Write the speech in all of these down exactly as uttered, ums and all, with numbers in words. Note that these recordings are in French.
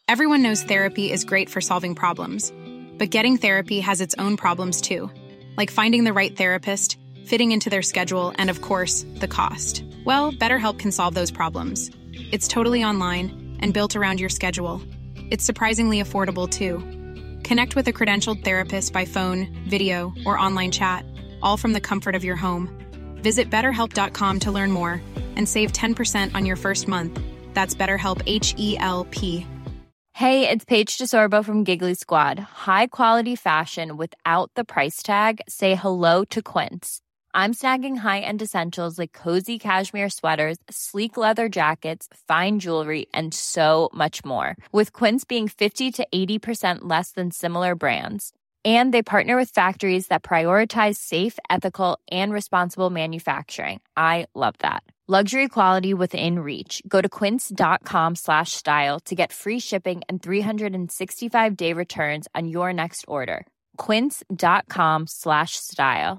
Everyone knows therapy is great for solving problems, but getting therapy has its own problems too, like finding the right therapist, fitting into their schedule, and of course, the cost. Well, BetterHelp can solve those problems. It's totally online and built around your schedule. It's surprisingly affordable too. Connect with a credentialed therapist by phone, video, or online chat, all from the comfort of your home. Visit better help dot com to learn more and save ten percent on your first month. That's BetterHelp, H E L P. Hey, it's Paige DeSorbo from Giggly Squad. High quality fashion without the price tag. Say hello to Quince. I'm snagging high-end essentials like cozy cashmere sweaters, sleek leather jackets, fine jewelry, and so much more. With Quince being fifty to eighty percent less than similar brands. And they partner with factories that prioritize safe, ethical, and responsible manufacturing. I love that. Luxury quality within reach. Go to quince.com slash style to get free shipping and three sixty-five day returns on your next order. Quince.com slash style.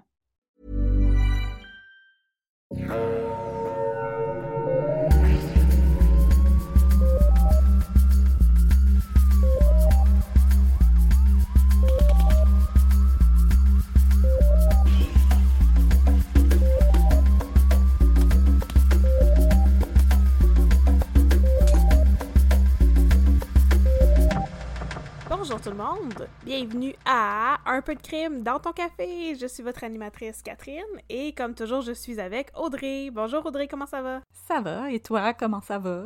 Bonjour tout le monde, bienvenue à Un peu de crime dans ton café. Je suis votre animatrice Catherine et comme toujours je suis avec Audrey. Bonjour Audrey, comment ça va? Ça va, et toi, comment ça va?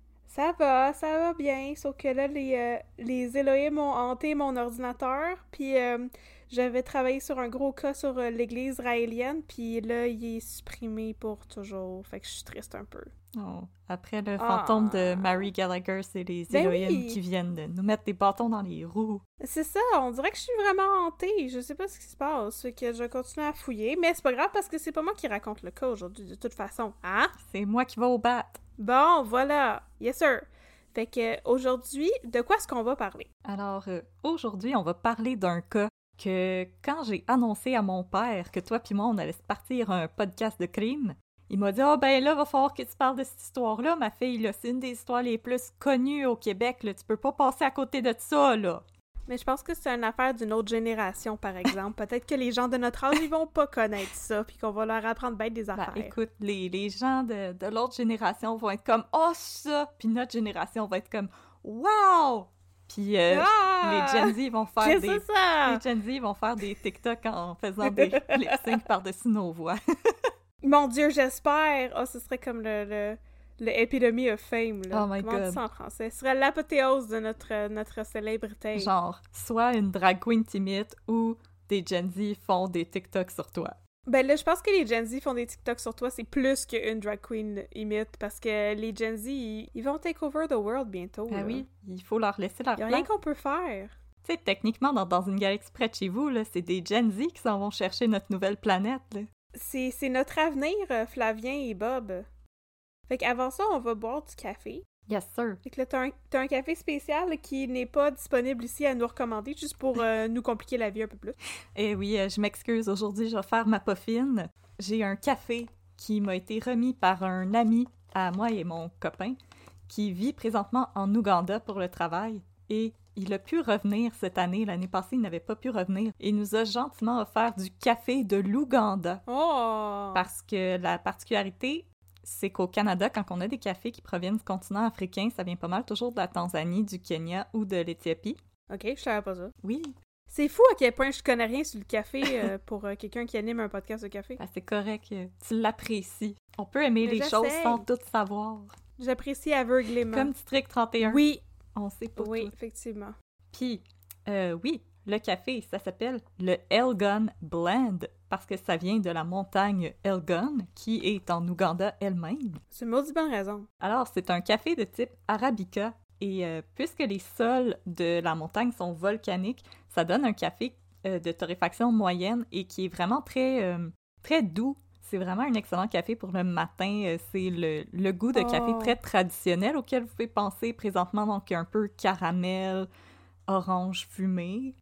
Ça va, ça va bien, sauf que là les, euh, les Elohim ont hanté mon ordinateur, puis euh, j'avais travaillé sur un gros cas sur euh, l'église israélienne, puis là il est supprimé pour toujours, fait que je suis triste un peu. Oh, après le fantôme ah. de Mary Gallagher, c'est les Ben Elohim oui. qui viennent de nous mettre des bâtons dans les roues. C'est ça, on dirait que je suis vraiment hantée, je sais pas ce qui se passe, fait que je continue à fouiller, mais c'est pas grave parce que c'est pas moi qui raconte le cas aujourd'hui de toute façon, hein? C'est moi qui vais au bat. Bon, voilà, yes sir. Fait que aujourd'hui, de quoi est-ce qu'on va parler? Alors, euh, aujourd'hui, on va parler d'un cas que quand j'ai annoncé à mon père que toi puis moi, on allait se partir un podcast de crime, il m'a dit « Ah, oh, ben là, va falloir que tu parles de cette histoire-là, ma fille, là. C'est une des histoires les plus connues au Québec, là. Tu peux pas passer à côté de ça, là. » Mais je pense que c'est une affaire d'une autre génération, par exemple. Peut-être que les gens de notre âge, ils vont pas connaître ça, puis qu'on va leur apprendre bien des affaires. Ben, écoute, les, les gens de, de l'autre génération vont être comme « Oh, ça! » Puis notre génération va être comme « Wow! » Puis euh, ah! les Gen Z vont faire Qu'est-ce des... que c'est ça? Les Gen Z vont faire des TikTok en faisant des lip-syncs par-dessus nos voix. Mon Dieu, j'espère! Oh, ce serait comme le... le... Le Epidemy of Fame, là. Oh my Comment on God. dit ça en français? Ce serait l'apothéose de notre, notre célébrité. Genre, soit une drag queen t'imite ou des Gen Z font des TikTok sur toi. Ben là, je pense que les Gen Z font des TikTok sur toi, c'est plus qu'une drag queen imite, parce que les Gen Z, ils, ils vont take over the world bientôt. Ah là. oui, il faut leur laisser leur Il y a place. rien qu'on peut faire. Tu sais, techniquement, dans, dans une galaxie près de chez vous, là, c'est des Gen Z qui s'en vont chercher notre nouvelle planète, là. C'est, c'est notre avenir, euh, Flavien et Bob. Fait qu'avant ça, on va boire du café. Yes, sir. Fait que là, t'as un, t'as un café spécial là, qui n'est pas disponible ici à nous recommander, juste pour euh, nous compliquer la vie un peu plus. Eh oui, euh, je m'excuse, aujourd'hui, je vais faire ma poffine. J'ai un café qui m'a été remis par un ami à moi et mon copain qui vit présentement en Ouganda pour le travail et il a pu revenir cette année. L'année passée, il n'avait pas pu revenir. Et il nous a gentiment offert du café de l'Ouganda. Oh! Parce que la particularité, c'est qu'au Canada, quand on a des cafés qui proviennent du continent africain, ça vient pas mal toujours de la Tanzanie, du Kenya ou de l'Éthiopie. Ok, je savais pas ça. Oui. C'est fou à quel point je connais rien sur le café euh, pour euh, quelqu'un qui anime un podcast de café. Ben, c'est correct, euh, tu l'apprécies. On peut aimer Mais les j'essaie. choses sans tout savoir. J'apprécie aveuglément. Comme District trente et un. Oui, On sait pas oui, tout. effectivement. Puis, euh, oui, le café, ça s'appelle le Elgon Blend parce que ça vient de la montagne Elgon, qui est en Ouganda elle-même. C'est une maudite bonne raison. Alors, c'est un café de type Arabica, et euh, puisque les sols de la montagne sont volcaniques, ça donne un café euh, de torréfaction moyenne et qui est vraiment très, euh, très doux. C'est vraiment un excellent café pour le matin. Euh, c'est le, le goût de café Oh. très traditionnel auquel vous pouvez penser présentement, donc un peu caramel, orange fumé.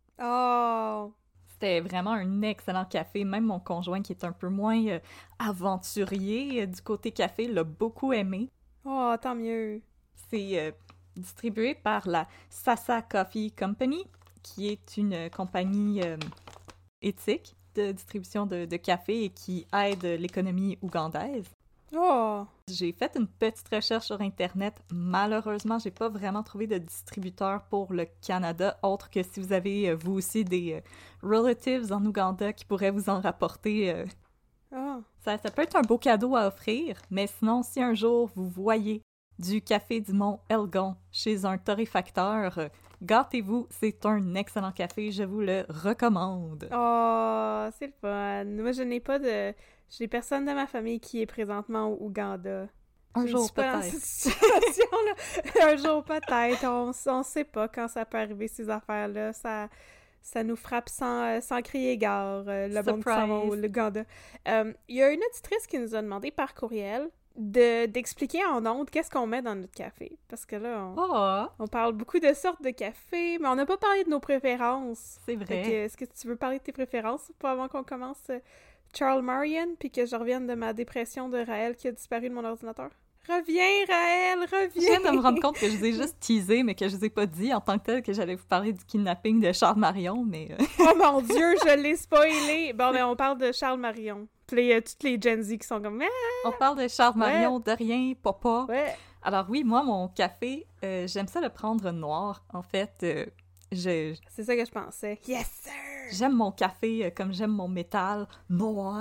Oh! C'était vraiment un excellent café. Même mon conjoint, qui est un peu moins euh, aventurier euh, du côté café, l'a beaucoup aimé. Oh, tant mieux. C'est... euh, distribué par la Sasa Coffee Company, qui est une compagnie euh, éthique de distribution de, de café et qui aide l'économie ougandaise. Oh! J'ai fait une petite recherche sur Internet. Malheureusement, j'ai pas vraiment trouvé de distributeur pour le Canada, autre que si vous avez, euh, vous aussi, des euh, relatives en Ouganda qui pourraient vous en rapporter. Euh, Oh. ça, ça peut être un beau cadeau à offrir, mais sinon, si un jour vous voyez du café du Mont Elgon chez un torréfacteur, euh, gâtez-vous, c'est un excellent café, je vous le recommande. Oh, c'est le fun. Moi, je n'ai pas de... J'ai personne de ma famille qui est présentement au Ouganda. Un Je ne jour suis pas dans peut-être. cette situation-là. Un jour peut-être. On ne sait pas quand ça peut arriver, ces affaires-là. Ça, ça nous frappe sans, sans crier gare, euh, le monde qui s'en va au Ouganda. Euh, Il y a une auditrice qui nous a demandé par courriel de d'expliquer en ondes qu'est-ce qu'on met dans notre café. Parce que là, on, Oh, on parle beaucoup de sortes de café, mais on n'a pas parlé de nos préférences. c'est vrai. Fait que, est-ce que tu veux parler de tes préférences pour avant qu'on commence euh, Charles Marion, puis que je revienne de ma dépression de Raël qui a disparu de mon ordinateur? Reviens, Raël, reviens! Je viens de me rendre compte que je vous ai juste teasé, mais que je vous ai pas dit en tant que tel que j'allais vous parler du kidnapping de Charles Marion, mais... euh, Oh mon Dieu, je l'ai spoilé! Bon, ben on parle de Charles Marion. Puis il y a toutes les Gen Z qui sont comme... Ah! On parle de Charles Marion, de rien, papa. Ouais! Alors oui, moi, mon café, euh, j'aime ça le prendre noir. En fait, euh, je, C'est ça que je pensais. Yes, sir! j'aime mon café euh, comme j'aime mon métal noir.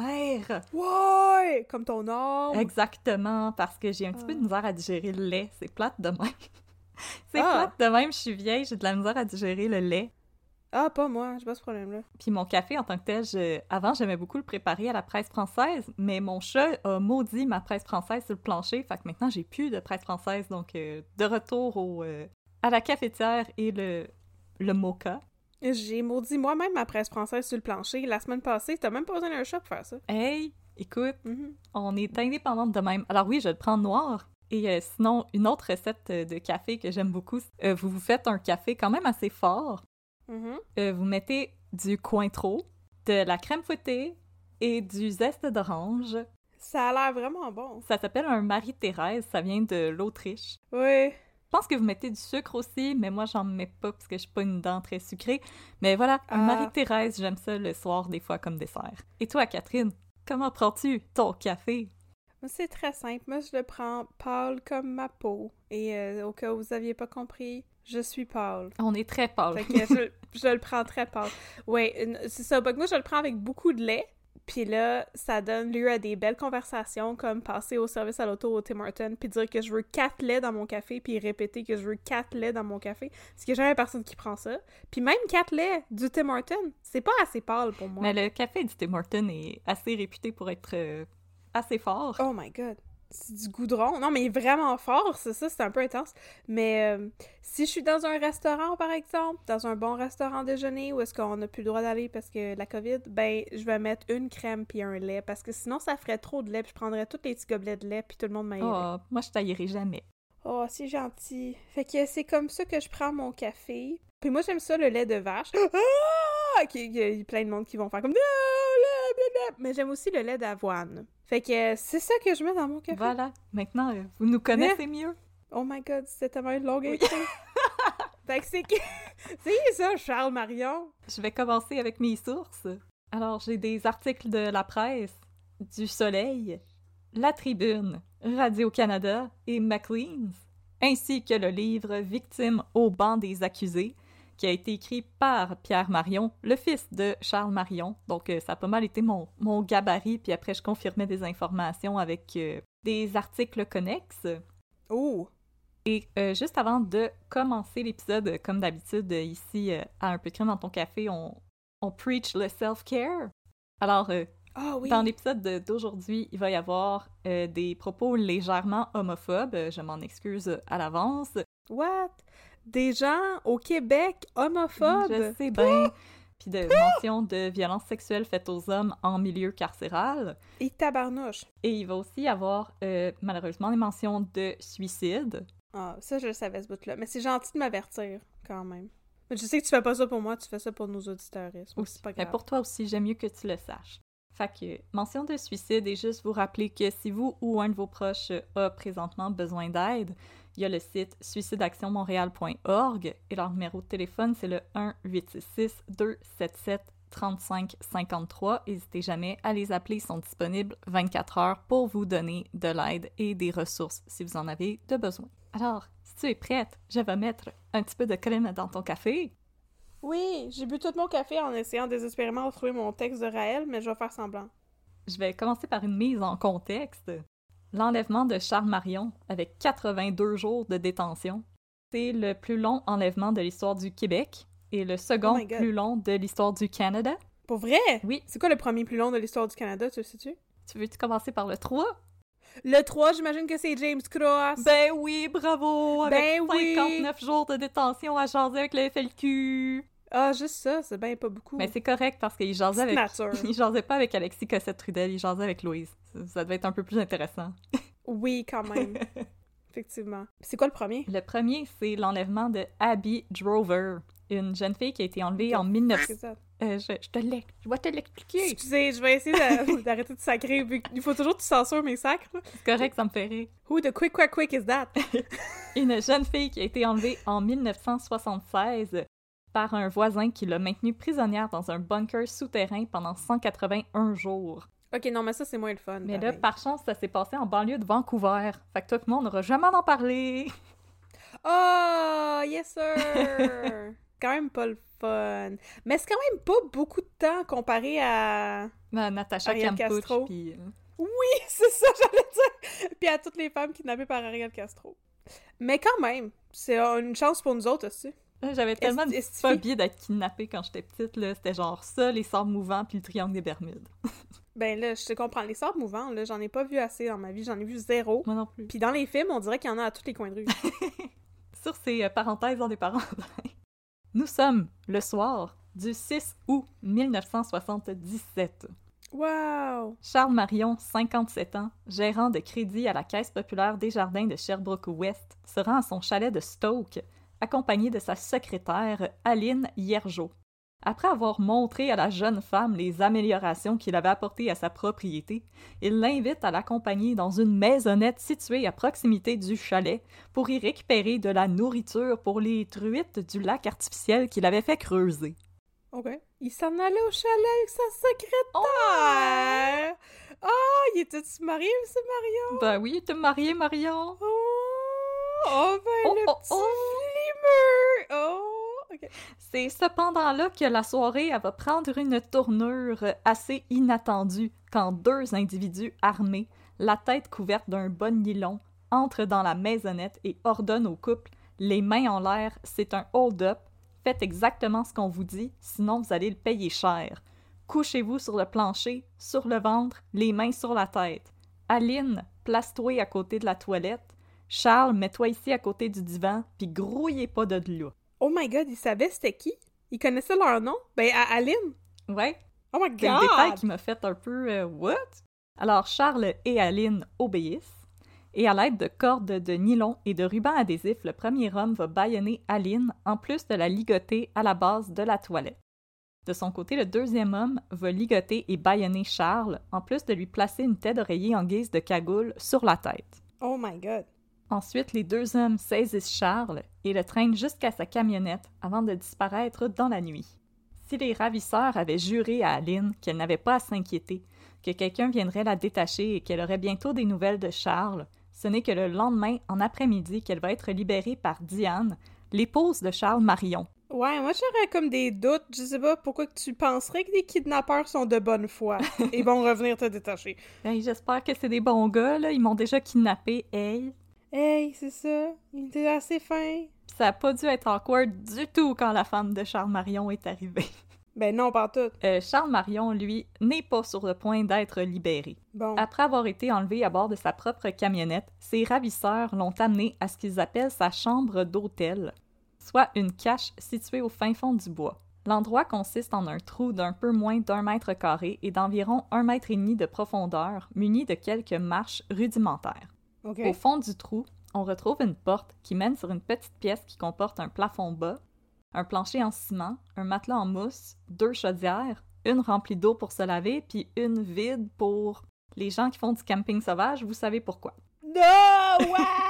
Ouais! Comme ton nom! Exactement, parce que j'ai un petit Ah. peu de misère à digérer le lait. C'est plate de même. C'est Ah. plate de même, je suis vieille, j'ai de la misère à digérer le lait. Ah, pas moi, j'ai pas ce problème-là. Puis mon café, en tant que tel, je... avant, j'aimais beaucoup le préparer à la presse française, mais mon chat a maudit ma presse française sur le plancher, fait que maintenant, j'ai plus de presse française, donc euh, de retour au, euh, à la cafetière et le, le mocha. J'ai maudit moi-même ma presse française sur le plancher la semaine passée. T'as même pas besoin d'un chat pour faire ça. Hey, écoute, Mhm. on est indépendante de même. Alors oui, je le prends noir. Et euh, sinon, une autre recette euh, de café que j'aime beaucoup, euh, vous vous faites un café quand même assez fort. Mhm. Euh, vous mettez du Cointreau, de la crème fouettée et du zeste d'orange. Ça a l'air vraiment bon. Ça s'appelle un Marie-Thérèse, ça vient de l'Autriche. Oui. Je pense que vous mettez du sucre aussi, mais moi, j'en mets pas parce que je suis pas une dent très sucrée. Mais voilà, un Ah. Marie-Thérèse, j'aime ça le soir, des fois, comme dessert. Et toi, Catherine, comment prends-tu ton café? Moi, c'est très simple. Moi, je le prends pâle comme ma peau. Et euh, au cas où vous aviez pas compris, je suis pâle. On est très pâle. Fait que je, je le prends très pâle. Ouais, une- c'est ça. Fait que moi, je le prends avec beaucoup de lait. Puis là, ça donne lieu à des belles conversations comme passer au service à l'auto au Tim Hortons puis dire que je veux quatre laits dans mon café puis répéter que je veux quatre laits dans mon café. Parce qu'il y a jamais personne qui prend ça. Puis même quatre laits du Tim Hortons, c'est pas assez pâle pour moi. Mais le café du Tim Hortons est assez réputé pour être euh, assez fort. Oh my god. C'est du goudron. Non, mais il est vraiment fort, c'est ça, c'est un peu intense. Mais euh, si je suis dans un restaurant, par exemple, dans un bon restaurant déjeuner où est-ce qu'on n'a plus le droit d'aller parce que la COVID, ben, je vais mettre une crème puis un lait parce que sinon, ça ferait trop de lait puis je prendrais tous les petits gobelets de lait puis tout le monde m'aillerait. Oh, moi, je taillerai jamais. Oh, c'est gentil. Fait que c'est comme ça que je prends mon café. Puis moi, j'aime ça, le lait de vache. Ah! Ok, il y a plein de monde qui vont faire comme... Non, lait, blablabla. Mais j'aime aussi le lait d'avoine. Fait que euh, c'est ça que je mets dans mon café. Voilà, maintenant, euh, vous nous connaissez mieux. Oh my god, c'était tellement une longue intro. Fait que c'est qui... c'est qui ça, Charles Marion? Je vais commencer avec mes sources. Alors, j'ai des articles de la presse, du Soleil, La Tribune, Radio-Canada et Maclean's, ainsi que le livre « Victime au banc des accusés », qui a été écrit par Pierre Marion, le fils de Charles Marion. Donc, euh, ça a pas mal été mon, mon gabarit, puis après, je confirmais des informations avec euh, des articles connexes. Oh! Et euh, juste avant de commencer l'épisode, euh, comme d'habitude, euh, ici, euh, à Un peu de crème dans ton café, on, on preach le self-care. Alors, euh, Ah oui! dans l'épisode de- d'aujourd'hui, il va y avoir euh, des propos légèrement homophobes. Euh, Je m'en excuse euh, à l'avance. What? Des gens au Québec homophobes? Je sais bien. Puis de mention de violences sexuelles faites aux hommes en milieu carcéral. Et tabarnouche. Et il va aussi y avoir, euh, malheureusement, des mentions de suicide. Ah, ça, je le savais, ce bout-là. Mais c'est gentil de m'avertir, quand même. Mais je sais que tu fais pas ça pour moi, tu fais ça pour nos auditeurs. C'est pas Mais grave. pour toi aussi, j'aime mieux que tu le saches. Fait que, mention de suicide et juste vous rappeler que si vous ou un de vos proches a présentement besoin d'aide, Il y a le site suicide action montréal point org et leur numéro de téléphone, c'est le un huit six six deux sept sept trente-cinq cinquante-trois. N'hésitez jamais à les appeler, ils sont disponibles vingt-quatre heures pour vous donner de l'aide et des ressources si vous en avez de besoin. Alors, si tu es prête, je vais mettre un petit peu de crème dans ton café. Oui, j'ai bu tout mon café en essayant désespérément de trouver mon texte de Raël, mais je vais faire semblant. Je vais commencer par une mise en contexte. L'enlèvement de Charles Marion, avec quatre-vingt-deux jours de détention, c'est le plus long enlèvement de l'histoire du Québec et le second Oh plus long de l'histoire du Canada. Pour vrai? Oui. C'est quoi le premier plus long de l'histoire du Canada, tu le sais-tu? Tu veux-tu commencer par le trois? Le trois, j'imagine que c'est James Cross. Ben oui, bravo! Avec Ben oui. cinquante-neuf jours de détention à jaser avec le F L Q. Ah, juste ça, c'est bien pas beaucoup. Mais c'est correct parce qu'il jasait avec... nature. Il jasait pas avec Alexis Cossette-Trudel, il jasait avec Louise. Ça, ça devait être un peu plus intéressant. Oui, quand même. Effectivement. C'est quoi le premier? Le premier, c'est l'enlèvement de Abby Drover, une jeune fille qui a été enlevée en mille neuf cents... C'est ça. Euh, je, je te l'ai... Je vais te l'expliquer. Excusez, je vais essayer de- d'arrêter de sacrer, vu qu'il faut toujours que tu censures mes sacres. C'est correct, ça me fait rire. Who the quick quack quick is that? Une jeune fille qui a été enlevée en mille neuf cent soixante-seize par un voisin qui l'a maintenue prisonnière dans un bunker souterrain pendant cent quatre-vingt-un jours. Ok, non, mais ça, c'est moins le fun. Mais là, pareil. par chance, ça s'est passé en banlieue de Vancouver. Fait que toi et moi, on n'aura jamais en parler. Oh, yes sir! Quand même pas le fun. Mais c'est quand même pas beaucoup de temps comparé à... Ben, Natacha Ariel Campuch, Castro. puis... euh, Oui, c'est ça, j'allais dire! Puis à toutes les femmes kidnappées par Ariel Castro. Mais quand même, c'est une chance pour nous autres aussi. J'avais tellement de est-ce- phobie d'être kidnappée quand j'étais petite, là. C'était genre ça, les sables mouvants, puis le triangle des Bermudes. Ben là, je te comprends. Les sables mouvants, là, j'en ai pas vu assez dans ma vie. J'en ai vu zéro. Moi non plus. Puis dans les films, on dirait qu'il y en a à tous les coins de rue. Sur ces euh, parenthèses dans des parenthèses, nous sommes le soir du six août mille neuf cent soixante-dix-sept. Wow! Charles Marion, cinquante-sept ans, gérant de crédit à la Caisse populaire des Jardins de Sherbrooke-Ouest, se rend à son chalet de Stoke, accompagné de sa secrétaire, Aline Hiergeau. Après avoir montré à la jeune femme les améliorations qu'il avait apportées à sa propriété, il l'invite à l'accompagner dans une maisonnette située à proximité du chalet pour y récupérer de la nourriture pour les truites du lac artificiel qu'il avait fait creuser. OK. Il s'en allait au chalet avec sa secrétaire! Oh, il était-tu marié, M. Marion? Ben oui, t'es marié, Marion! Oh! Oh, ben Oh, le oh, petit oh. flimeur! Oh! OK. C'est cependant là que la soirée elle va prendre une tournure assez inattendue quand deux individus armés, la tête couverte d'un bon nylon, entrent dans la maisonnette et ordonnent au couple « Les mains en l'air, c'est un hold-up. Faites exactement ce qu'on vous dit, sinon vous allez le payer cher. Couchez-vous sur le plancher, sur le ventre, les mains sur la tête. Aline, place-toi à côté de la toilette. Charles, mets-toi ici à côté du divan, puis grouillez pas de là. » Oh my God, il savait c'était qui? Il connaissait leur nom? Ben, à Aline? Ouais, Oh my c'est le détail God! qui m'a fait un peu euh, what? Alors Charles et Aline obéissent, et à l'aide de cordes de nylon et de rubans adhésifs, le premier homme va bâillonner Aline en plus de la ligoter à la base de la toilette. De son côté, le deuxième homme va ligoter et bâillonner Charles en plus de lui placer une tête d'oreiller en guise de cagoule sur la tête. Oh my God! Ensuite, les deux hommes saisissent Charles et le traînent jusqu'à sa camionnette avant de disparaître dans la nuit. Si les ravisseurs avaient juré à Aline qu'elle n'avait pas à s'inquiéter, que quelqu'un viendrait la détacher et qu'elle aurait bientôt des nouvelles de Charles, ce n'est que le lendemain, en après-midi, qu'elle va être libérée par Diane, l'épouse de Charles Marion. Ouais, moi j'aurais comme des doutes. Je sais pas pourquoi que tu penserais que les kidnappeurs sont de bonne foi et vont revenir te détacher. Hey, j'espère que c'est des bons gars, là. Ils m'ont déjà kidnappé, hey. Hey, c'est ça. Il était assez fin. Puis ça a pas dû être awkward du tout quand la femme de Charles Marion est arrivée. Ben non, pas tout. Euh, Charles Marion, lui, n'est pas sur le point d'être libéré. Bon. Après avoir été enlevé à bord de sa propre camionnette, ses ravisseurs l'ont amené à ce qu'ils appellent sa chambre d'hôtel, soit une cache située au fin fond du bois. L'endroit consiste en un trou d'un peu moins d'un mètre carré et d'environ un mètre et demi de profondeur, muni de quelques marches rudimentaires. OK. Au fond du trou, on retrouve une porte qui mène sur une petite pièce qui comporte un plafond bas, un plancher en ciment, un matelas en mousse, deux chaudières, une remplie d'eau pour se laver, puis une vide pour les gens qui font du camping sauvage, vous savez pourquoi. Non! Ouais!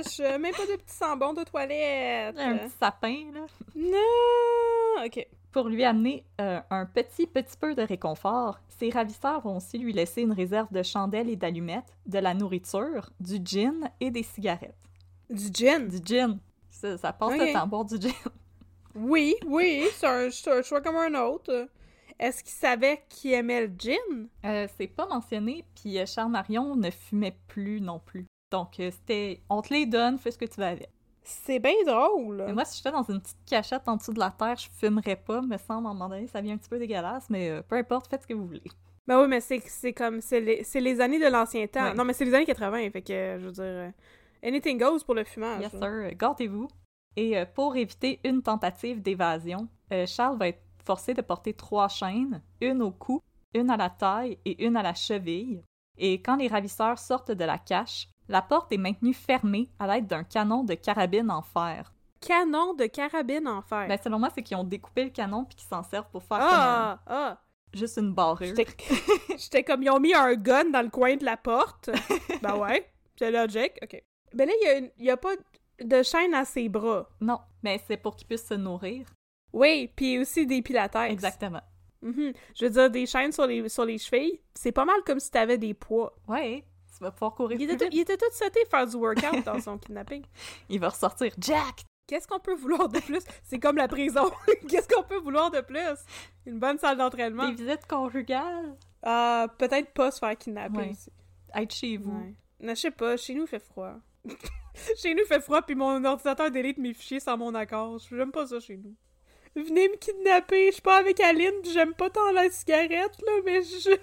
poche! Même pas de petit sambon de toilette! Un petit sapin, là. Non! OK. Pour lui amener euh, un petit, petit peu de réconfort, ses ravisseurs vont aussi lui laisser une réserve de chandelles et d'allumettes, de la nourriture, du gin et des cigarettes. Du gin? Du gin. Ça, ça passe Okay. le temps boire du gin. Oui, oui, c'est un, c'est un choix comme un autre. Est-ce qu'il savait qu'il aimait le gin? Euh, c'est pas mentionné, puis euh, Charles Marion ne fumait plus non plus. Donc, euh, c'était... On te les donne, fais ce que tu veux avec. C'est bien drôle. Mais moi, si j'étais dans une petite cachette en dessous de la terre, je fumerais pas, me semble, à un moment donné, ça vient un petit peu dégueulasse, mais euh, peu importe, faites ce que vous voulez. Ben oui, mais c'est, c'est comme... C'est les, c'est les années de l'ancien temps. Ouais. Non, mais c'est les années quatre-vingts, fait que, je veux dire... euh, anything goes pour le fumage. Yes, là. sir. Gâtez-vous. Et euh, pour éviter une tentative d'évasion, euh, Charles va être forcé de porter trois chaînes, une au cou, une à la taille et une à la cheville. Et quand les ravisseurs sortent de la cache, la porte est maintenue fermée à l'aide d'un canon de carabine en fer. Canon de carabine en fer. Ben, selon moi, c'est qu'ils ont découpé le canon puis qu'ils s'en servent pour faire ah! Ah! comme un- juste une barrure. J'étais... J'étais comme, ils ont mis un gun dans le coin de la porte. Ben ouais, c'est logique. OK. Ben là, il y a, une- il y a pas de chaîne à ses bras. Non, mais c'est pour qu'ils puissent se nourrir. Oui, puis aussi des pilates. Exactement. Mhm. Je veux dire, des chaînes sur les, sur les chevilles, c'est pas mal comme si t'avais des poids. Ouais, tu vas pouvoir courir Il plus était, vite. tout, il était tout sauté faire du workout dans son kidnapping. Il va ressortir Jack! Qu'est-ce qu'on peut vouloir de plus? C'est comme la prison. Qu'est-ce qu'on peut vouloir de plus? Une bonne salle d'entraînement. Des visites conjugales! Ah, peut-être pas se faire kidnapper Ouais. ici. Être chez vous. Ouais. Non, je sais pas, chez nous il fait froid. Chez nous il fait froid, puis mon ordinateur délite mes fichiers sans mon accord. J'aime pas ça chez nous. Venez me kidnapper, je suis pas avec Aline, pis j'aime pas tant la cigarette, là, mais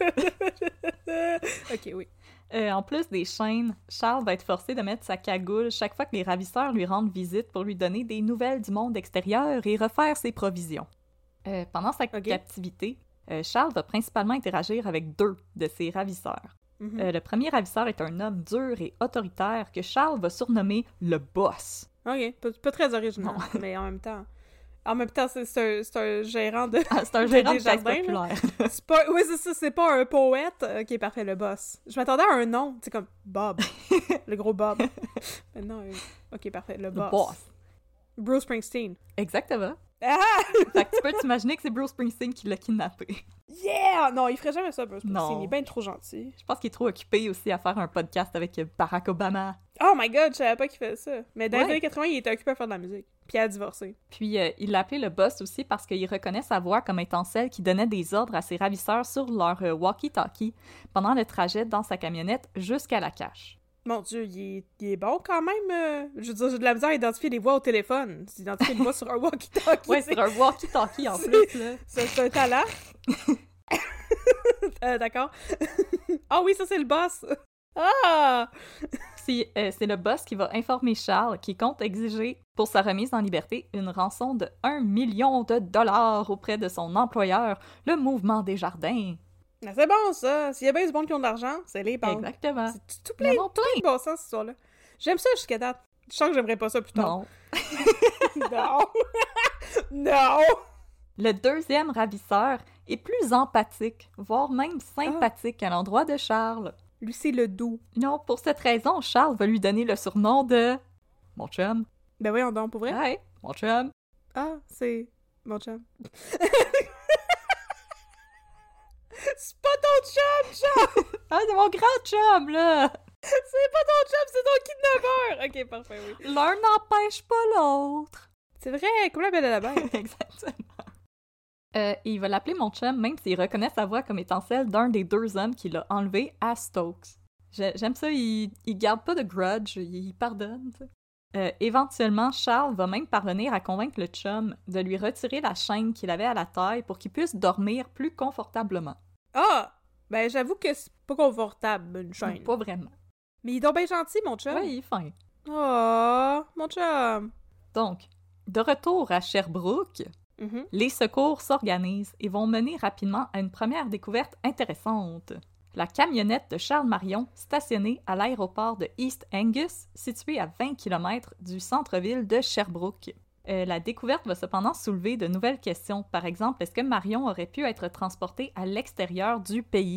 je... Ok, oui. Euh, en plus des chaînes, Charles va être forcé de mettre sa cagoule chaque fois que les ravisseurs lui rendent visite pour lui donner des nouvelles du monde extérieur et refaire ses provisions. Euh, pendant sa Ok. captivité, euh, Charles va principalement interagir avec deux de ses ravisseurs. Mhm. Euh, le premier ravisseur est un homme dur et autoritaire que Charles va surnommer le boss. Ok, pas, pas très original, mais en même temps... En même temps, c'est, c'est, un, c'est un gérant de... Ah, c'est un de gérant de caisse Desjardins, là. populaire. C'est pas... Oui, c'est ça, c'est pas un poète. Ok, parfait, le boss. Je m'attendais à un nom, c'est comme Bob. Le gros Bob. Mais non, euh, ok, parfait, le Le boss. boss. Bruce Springsteen. Exactement. Ah! Fait que tu peux t'imaginer que c'est Bruce Springsteen qui l'a kidnappé. Yeah! Non, il ferait jamais ça, Bruce Springsteen. Non. Il est bien trop gentil. Je pense qu'il est trop occupé aussi à faire un podcast avec Barack Obama. Oh my god, je savais pas qu'il faisait ça. Mais dans les Ouais. années quatre-vingts, il était occupé à faire de la musique. Puis à divorcer. Puis euh, il l'a appelé le boss aussi parce qu'il reconnaît sa voix comme étant celle qui donnait des ordres à ses ravisseurs sur leur euh, walkie-talkie pendant le trajet dans sa camionnette jusqu'à la cache. Mon Dieu, il est, il est bon quand même. euh. Je veux dire, j'ai de la misère à identifier des voix au téléphone. Identifier une voix sur un walkie-talkie. Ouais, c'est- c'est un walkie-talkie en c'est- plus, là. C'est c'est un talent. Euh, D'accord. Ah oui, ça c'est le boss. Ah! Si, euh, c'est le boss qui va informer Charles qui compte exiger, pour sa remise en liberté, une rançon de un million de dollars auprès de son employeur, le Mouvement des Jardins. Ah, c'est bon ça. S'il y a bien du monde qui ont de l'argent, c'est les banques. Exactement. C'est tout Il y plein, en a tout plein plein. de bon sens, cette histoire-là. J'aime ça jusqu'à date. Je sens que j'aimerais pas ça plus tard. Non. Non. Non. Le deuxième ravisseur est plus empathique, voire même sympathique à l'endroit de Charles. Lui, c'est le doux. Non, pour cette raison, Charles va lui donner le surnom de « Mon chum Ben voyons donc, pour ». vrai. Ouais, mon chum. Ah, c'est mon chum. C'est pas ton chum, Charles! Ah, c'est mon grand chum, là! C'est pas ton chum, c'est ton kidnappeur! Ok, parfait, oui. L'un n'empêche pas l'autre. C'est vrai, comme la belle et la bête. Exactement. Euh, et il va l'appeler mon chum, même s'il reconnaît sa voix comme étant celle d'un des deux hommes qui l'a enlevé à Stokes. J'ai- J'aime ça, il, il garde pas de grudge, il, il pardonne, tu sais. Euh, éventuellement, Charles va même parvenir à convaincre le chum de lui retirer la chaîne qu'il avait à la taille pour qu'il puisse dormir plus confortablement. Ah! Ben, j'avoue que c'est pas confortable, une chaîne. Pas vraiment. Mais il est donc bien gentil, mon chum. Ouais, il est fin. Oh, mon chum. Donc, de retour à Sherbrooke, Mhm. les secours s'organisent et vont mener rapidement à une première découverte intéressante. La camionnette de Charles Marion, stationnée à l'aéroport de East Angus, situé à vingt kilomètres du centre-ville de Sherbrooke. Euh, la découverte va cependant soulever de nouvelles questions. Par exemple, est-ce que Marion aurait pu être transporté à l'extérieur du pays?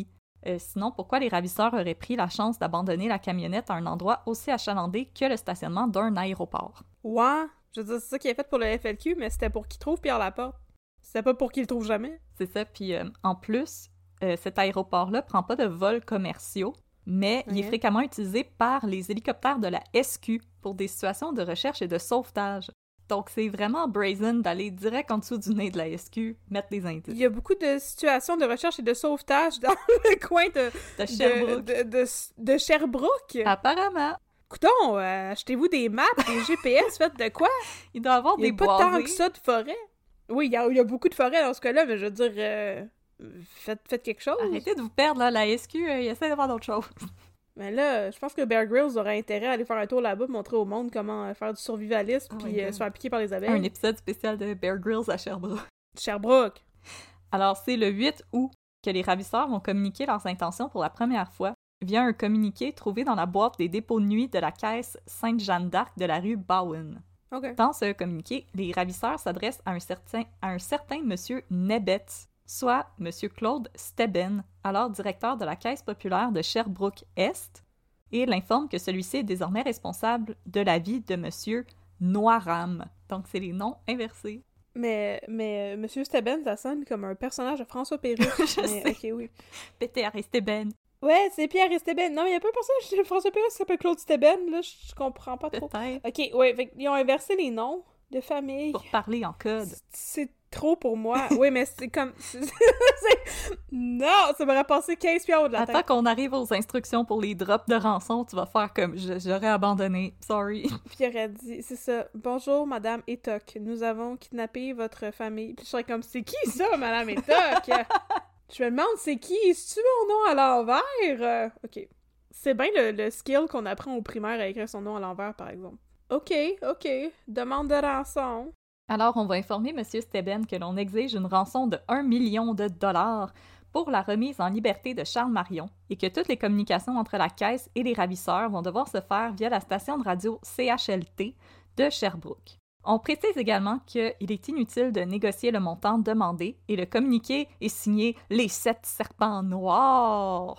Euh, sinon, pourquoi les ravisseurs auraient pris la chance d'abandonner la camionnette à un endroit aussi achalandé que le stationnement d'un aéroport? Ouais, je veux dire, c'est ça qui est fait pour le F L Q, mais c'était pour qu'il trouve Pierre Laporte. C'était pas pour qu'il le trouve jamais. C'est ça, puis euh, en plus, euh, cet aéroport-là prend pas de vols commerciaux, mais okay. il est fréquemment utilisé par les hélicoptères de la S Q pour des situations de recherche et de sauvetage. Donc, c'est vraiment brazen d'aller direct en dessous du nez de la S Q, mettre des indices. Il y a beaucoup de situations de recherche et de sauvetage dans le coin de... De Sherbrooke. De, de, de, de Sherbrooke. Apparemment. Coudon, euh, achetez-vous des maps, des G P S, faites de quoi? Il doit y avoir il y a des pas boisés. tant que ça de forêt. Oui, il y a, il y a beaucoup de forêt dans ce cas-là, mais je veux dire, euh, faites, faites quelque chose. Arrêtez de vous perdre, là, la S Q, euh, il essaie de faire d'autres choses. Mais là, je pense que Bear Grylls aurait intérêt à aller faire un tour là-bas, montrer au monde comment faire du survivalisme, oh puis euh, se faire piquer par les abeilles. Un épisode spécial de Bear Grylls à Sherbrooke. Sherbrooke! Alors, c'est le huit août que les ravisseurs vont communiquer leurs intentions pour la première fois via un communiqué trouvé dans la boîte des dépôts de nuit de la caisse Sainte-Jeanne d'Arc de la rue Bowen. Okay. Dans ce communiqué, les ravisseurs s'adressent à un certain, à un certain monsieur Nebetz, soit M. Claude Steben, alors directeur de la Caisse populaire de Sherbrooke-Est, et l'informe que celui-ci est désormais responsable de la vie de M. Noiram. Donc, c'est les noms inversés. Mais, mais euh, M. Steben, ça sonne comme un personnage de François Pérus. Je mais, sais. Ok, oui. Péter et Steben. Ouais, c'est Pierre et Steben. Non, mais il y a pas un personnage de François Pérus qui s'appelle Claude Steben, là, je comprends pas trop. Peut-être. Ok, ouais, fait ils ont inversé les noms de famille. Pour parler en code. C'est trop pour moi. Oui, mais c'est comme... c'est... c'est... Non, ça m'aurait passé quinze piastres de la tête. Attends qu'on arrive aux instructions pour les drops de rançon, tu vas faire comme je, j'aurais abandonné. Sorry. Puis il aurait dit, c'est ça. Bonjour, Madame Etoc. Nous avons kidnappé votre famille. Puis je serais comme, c'est qui ça, Madame Etoc? Je me demande, c'est qui? C'est-tu mon nom à l'envers? Euh, ok. C'est bien le, le skill qu'on apprend au primaire à écrire son nom à l'envers, par exemple. Ok, ok. Demande de rançon. Alors, on va informer M. Steben que l'on exige une rançon de un million de dollars pour la remise en liberté de Charles Marion et que toutes les communications entre la caisse et les ravisseurs vont devoir se faire via la station de radio C H L T de Sherbrooke. On précise également qu'il est inutile de négocier le montant demandé et le communiqué est signé « Les sept serpents noirs ».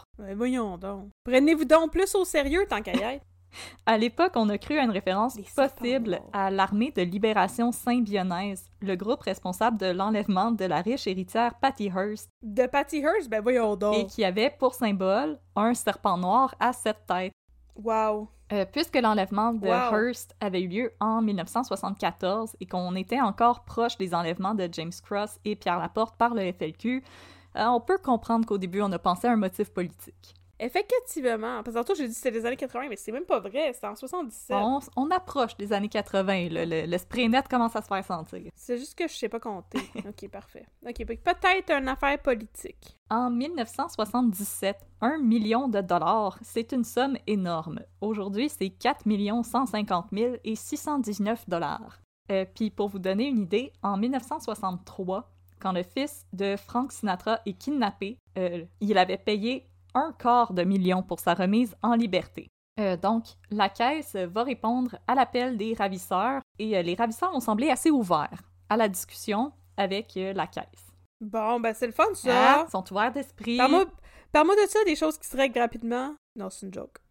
Ouais, voyons donc. Prenez-vous donc plus au sérieux tant qu'à y être. À l'époque, on a cru à une référence possible à l'Armée de libération Saint-Bionnaise, le groupe responsable de l'enlèvement de la riche héritière Patty Hearst. De Patty Hearst? Ben voyons donc. Et qui avait pour symbole un serpent noir à sept têtes. Wow. Euh, puisque l'enlèvement de wow. Hearst avait eu lieu en dix-neuf cent soixante-quatorze et qu'on était encore proche des enlèvements de James Cross et Pierre Laporte par le F L Q, euh, on peut comprendre qu'au début, on a pensé à un motif politique. Effectivement. Parce que tantôt, j'ai dit que c'était les années quatre-vingts, mais c'est même pas vrai. C'était en soixante-dix-sept. On, on approche des années quatre-vingts. Le, le, le spray net commence à se faire sentir. C'est juste que je sais pas compter. OK, parfait. OK, peut-être une affaire politique. En dix-neuf cent soixante-dix-sept, un million de dollars, c'est une somme énorme. Aujourd'hui, c'est quatre millions cent cinquante mille et six cent dix-neuf dollars. Euh, Puis pour vous donner une idée, en dix-neuf cent soixante-trois, quand le fils de Frank Sinatra est kidnappé, euh, il avait payé un quart de million pour sa remise en liberté. Euh, donc, la caisse va répondre à l'appel des ravisseurs et euh, les ravisseurs ont semblé assez ouverts à la discussion avec euh, la caisse. Bon, ben c'est le fun, ça! Ah, ils sont ouverts d'esprit. Parle-moi, parle-moi de ça, des choses qui se règlent rapidement. Non, c'est une joke.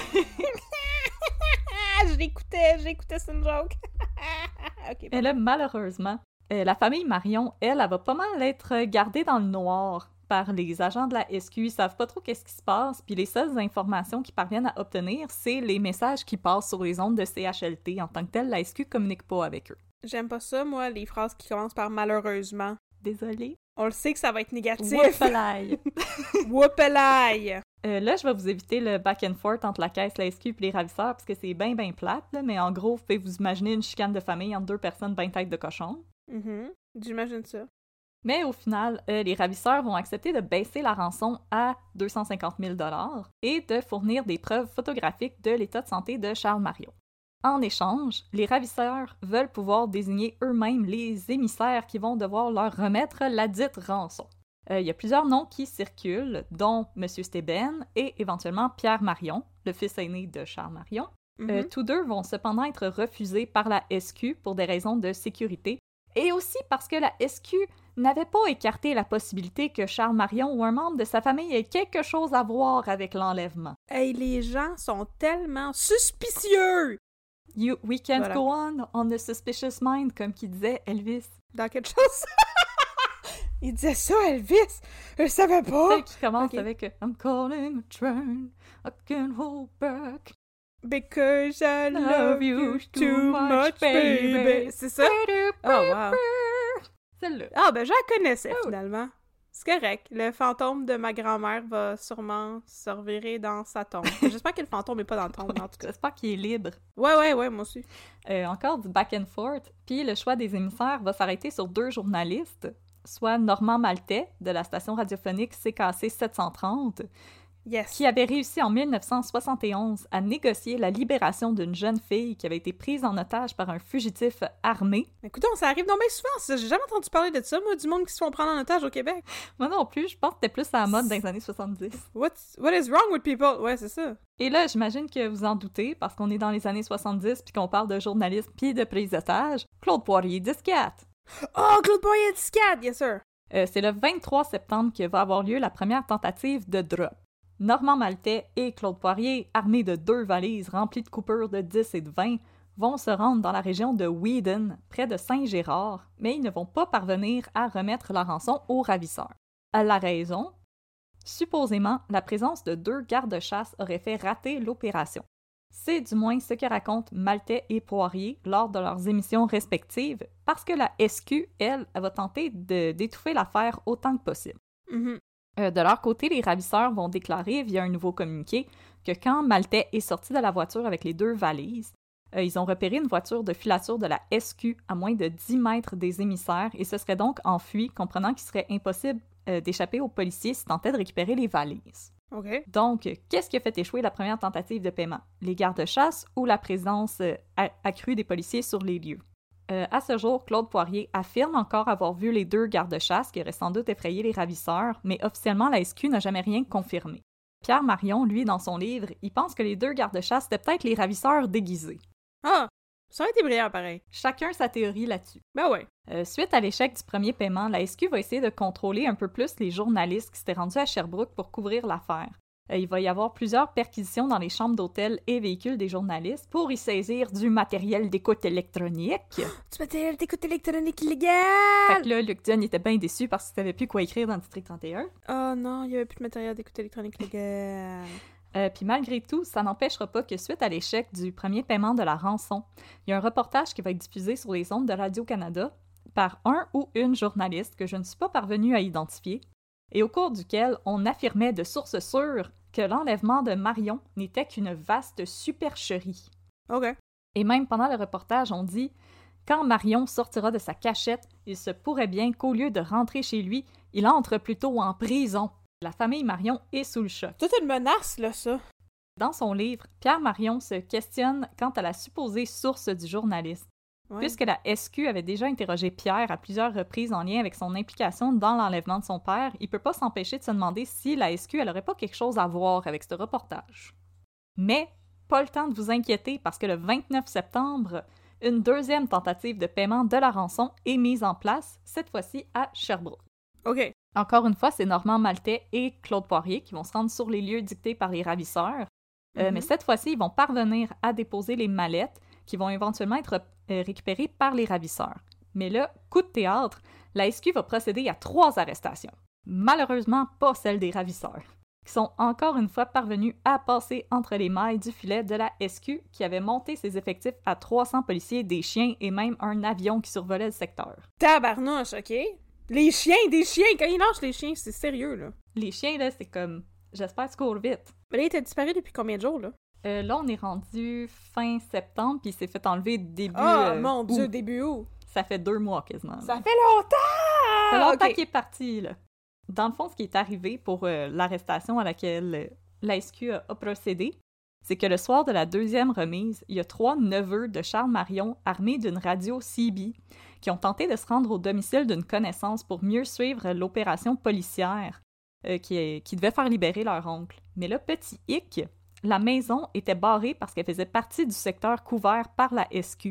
je l'écoutais, je l'écoutais, c'est une joke. okay, Et là, malheureusement, euh, la famille Marion, elle, elle va pas mal être gardée dans le noir par les agents de la S Q. Ils savent pas trop qu'est-ce qui se passe, puis les seules informations qu'ils parviennent à obtenir, c'est les messages qui passent sur les ondes de C H L T. En tant que tel, la S Q communique pas avec eux. J'aime pas ça, moi, les phrases qui commencent par « malheureusement ». Désolée. On le sait que ça va être négatif. Whoopalaï! Whoopalaï! Euh, là, je vais vous éviter le back and forth entre la caisse, la S Q et les ravisseurs, parce que c'est bien, bien plate, là, mais en gros, vous pouvez vous imaginer une chicane de famille entre deux personnes bien tête de cochon. Mm-hmm. J'imagine ça. Mais au final, euh, les ravisseurs vont accepter de baisser la rançon à deux cent cinquante mille dollars et de fournir des preuves photographiques de l'état de santé de Charles Marion. En échange, les ravisseurs veulent pouvoir désigner eux-mêmes les émissaires qui vont devoir leur remettre la dite rançon. Euh, il y a plusieurs noms qui circulent, dont M. Steben et éventuellement Pierre Marion, le fils aîné de Charles Marion. Mm-hmm. Euh, tous deux vont cependant être refusés par la S Q pour des raisons de sécurité et aussi parce que la S Q n'avait pas écarté la possibilité que Charles Marion ou un membre de sa famille ait quelque chose à voir avec l'enlèvement. Hey, les gens sont tellement suspicieux! You, we can't Voilà. go on on a suspicious mind, comme qui disait Elvis. Dans quelque chose... Il disait ça, Elvis! Je le savais pas! Celle qui commence Ok. avec I'm calling a train, I can't hold back. Because I love you too much, baby! C'est ça? Oh, wow! Celle-là. Ah, ben, je la connaissais, Ah oui. finalement. C'est correct. Le fantôme de ma grand-mère va sûrement se revirer dans sa tombe. J'espère que le fantôme est pas dans la tombe, en tout cas. J'espère qu'il est libre. Ouais, ouais, ouais, moi aussi. Euh, encore du back and forth, puis le choix des émissaires va s'arrêter sur deux journalistes, soit Normand Maltais, de la station radiophonique C K C sept cent trente, Yes. qui avait réussi en mille neuf cent soixante et onze à négocier la libération d'une jeune fille qui avait été prise en otage par un fugitif armé. Écoutez, ça arrive non bien souvent, ça. J'ai jamais entendu parler de ça, moi, du monde qui se font prendre en otage au Québec. Moi non plus, je pense que c'était plus à la mode dans les années soixante-dix. What's, what is wrong with people? Ouais, c'est ça. Et là, j'imagine que vous en doutez, parce qu'on est dans les années soixante-dix puis qu'on parle de journalisme puis de prise d'otage. Claude Poirier, Discat. Oh, Claude Poirier Discat, yes sir. Euh, c'est le vingt-trois septembre que va avoir lieu la première tentative de drop. Normand Maltais et Claude Poirier, armés de deux valises remplies de coupures de dix et de vingt, vont se rendre dans la région de Whedon, près de Saint-Gérard, mais ils ne vont pas parvenir à remettre la rançon aux ravisseurs. À la raison, supposément, la présence de deux gardes-chasse aurait fait rater l'opération. C'est du moins ce que racontent Maltais et Poirier lors de leurs émissions respectives, parce que la S Q, elle, elle va tenter de, d'étouffer l'affaire autant que possible. Mhm. Euh, de leur côté, les ravisseurs vont déclarer via un nouveau communiqué que quand Maltais est sorti de la voiture avec les deux valises, euh, ils ont repéré une voiture de filature de la S Q à moins de dix mètres des émissaires et se seraient donc enfuis, comprenant qu'il serait impossible euh, d'échapper aux policiers s'ils tentaient de récupérer les valises. OK. Donc, qu'est-ce qui a fait échouer la première tentative de paiement? Les gardes-chasse ou la présence euh, a- accrue des policiers sur les lieux? Euh, à ce jour, Claude Poirier affirme encore avoir vu les deux gardes-chasse qui auraient sans doute effrayé les ravisseurs, mais officiellement, la S Q n'a jamais rien confirmé. Pierre Marion, lui, dans son livre, il pense que les deux gardes-chasse étaient peut-être les ravisseurs déguisés. Ah, ça aurait été brillant, pareil. Chacun sa théorie là-dessus. Ben ouais. Euh, suite à l'échec du premier paiement, la S Q va essayer de contrôler un peu plus les journalistes qui s'étaient rendus à Sherbrooke pour couvrir l'affaire. Euh, il va y avoir plusieurs perquisitions dans les chambres d'hôtel et véhicules des journalistes pour y saisir du matériel d'écoute électronique. Tu matériel d'écoute électronique illégal! Fait que là, Luc Dion était bien déçu parce qu'il savait plus quoi écrire dans le District trente et un. Oh non, il y avait plus de matériel d'écoute électronique illégal. Euh, Puis malgré tout, ça n'empêchera pas que suite à l'échec du premier paiement de la rançon, il y a un reportage qui va être diffusé sur les ondes de Radio-Canada par un ou une journaliste que je ne suis pas parvenue à identifier, et au cours duquel on affirmait de sources sûres que l'enlèvement de Marion n'était qu'une vaste supercherie. OK. Et même pendant le reportage, on dit « Quand Marion sortira de sa cachette, il se pourrait bien qu'au lieu de rentrer chez lui, il entre plutôt en prison. » La famille Marion est sous le choc. Toute une menace, là, ça. Dans son livre, Pierre Marion se questionne quant à la supposée source du journaliste. Ouais. Puisque la S Q avait déjà interrogé Pierre à plusieurs reprises en lien avec son implication dans l'enlèvement de son père, il peut pas s'empêcher de se demander si la S Q elle aurait pas quelque chose à voir avec ce reportage. Mais, pas le temps de vous inquiéter parce que le vingt-neuf septembre, une deuxième tentative de paiement de la rançon est mise en place, cette fois-ci à Sherbrooke. OK. Encore une fois, c'est Normand Maltais et Claude Poirier qui vont se rendre sur les lieux dictés par les ravisseurs. Euh, Mhm. Mais cette fois-ci, ils vont parvenir à déposer les mallettes qui vont éventuellement être euh, récupérées par les ravisseurs. Mais là, coup de théâtre, la S Q va procéder à trois arrestations. Malheureusement, pas celles des ravisseurs, qui sont encore une fois parvenus à passer entre les mailles du filet de la S Q qui avait monté ses effectifs à trois cents policiers, des chiens et même un avion qui survolait le secteur. Tabarnouche, OK? Les chiens, des chiens! Quand ils lâchent les chiens, c'est sérieux, là. Les chiens, là, c'est comme... J'espère que tu cours vite. Mais là, il était disparu depuis combien de jours, là? Euh, là, on est rendu fin septembre, puis il s'est fait enlever début... Oh, euh, mon Dieu, août. début août! Ça fait deux mois quasiment. là. Ça fait longtemps! Ça fait longtemps OK. qu'il est parti, là. Dans le fond, ce qui est arrivé pour euh, l'arrestation à laquelle euh, la S Q a, a procédé, c'est que le soir de la deuxième remise, il y a trois neveux de Charles Marion armés d'une radio C B qui ont tenté de se rendre au domicile d'une connaissance pour mieux suivre l'opération policière euh, qui, qui devait faire libérer leur oncle. Mais là, petit hic, la maison était barrée parce qu'elle faisait partie du secteur couvert par la S Q.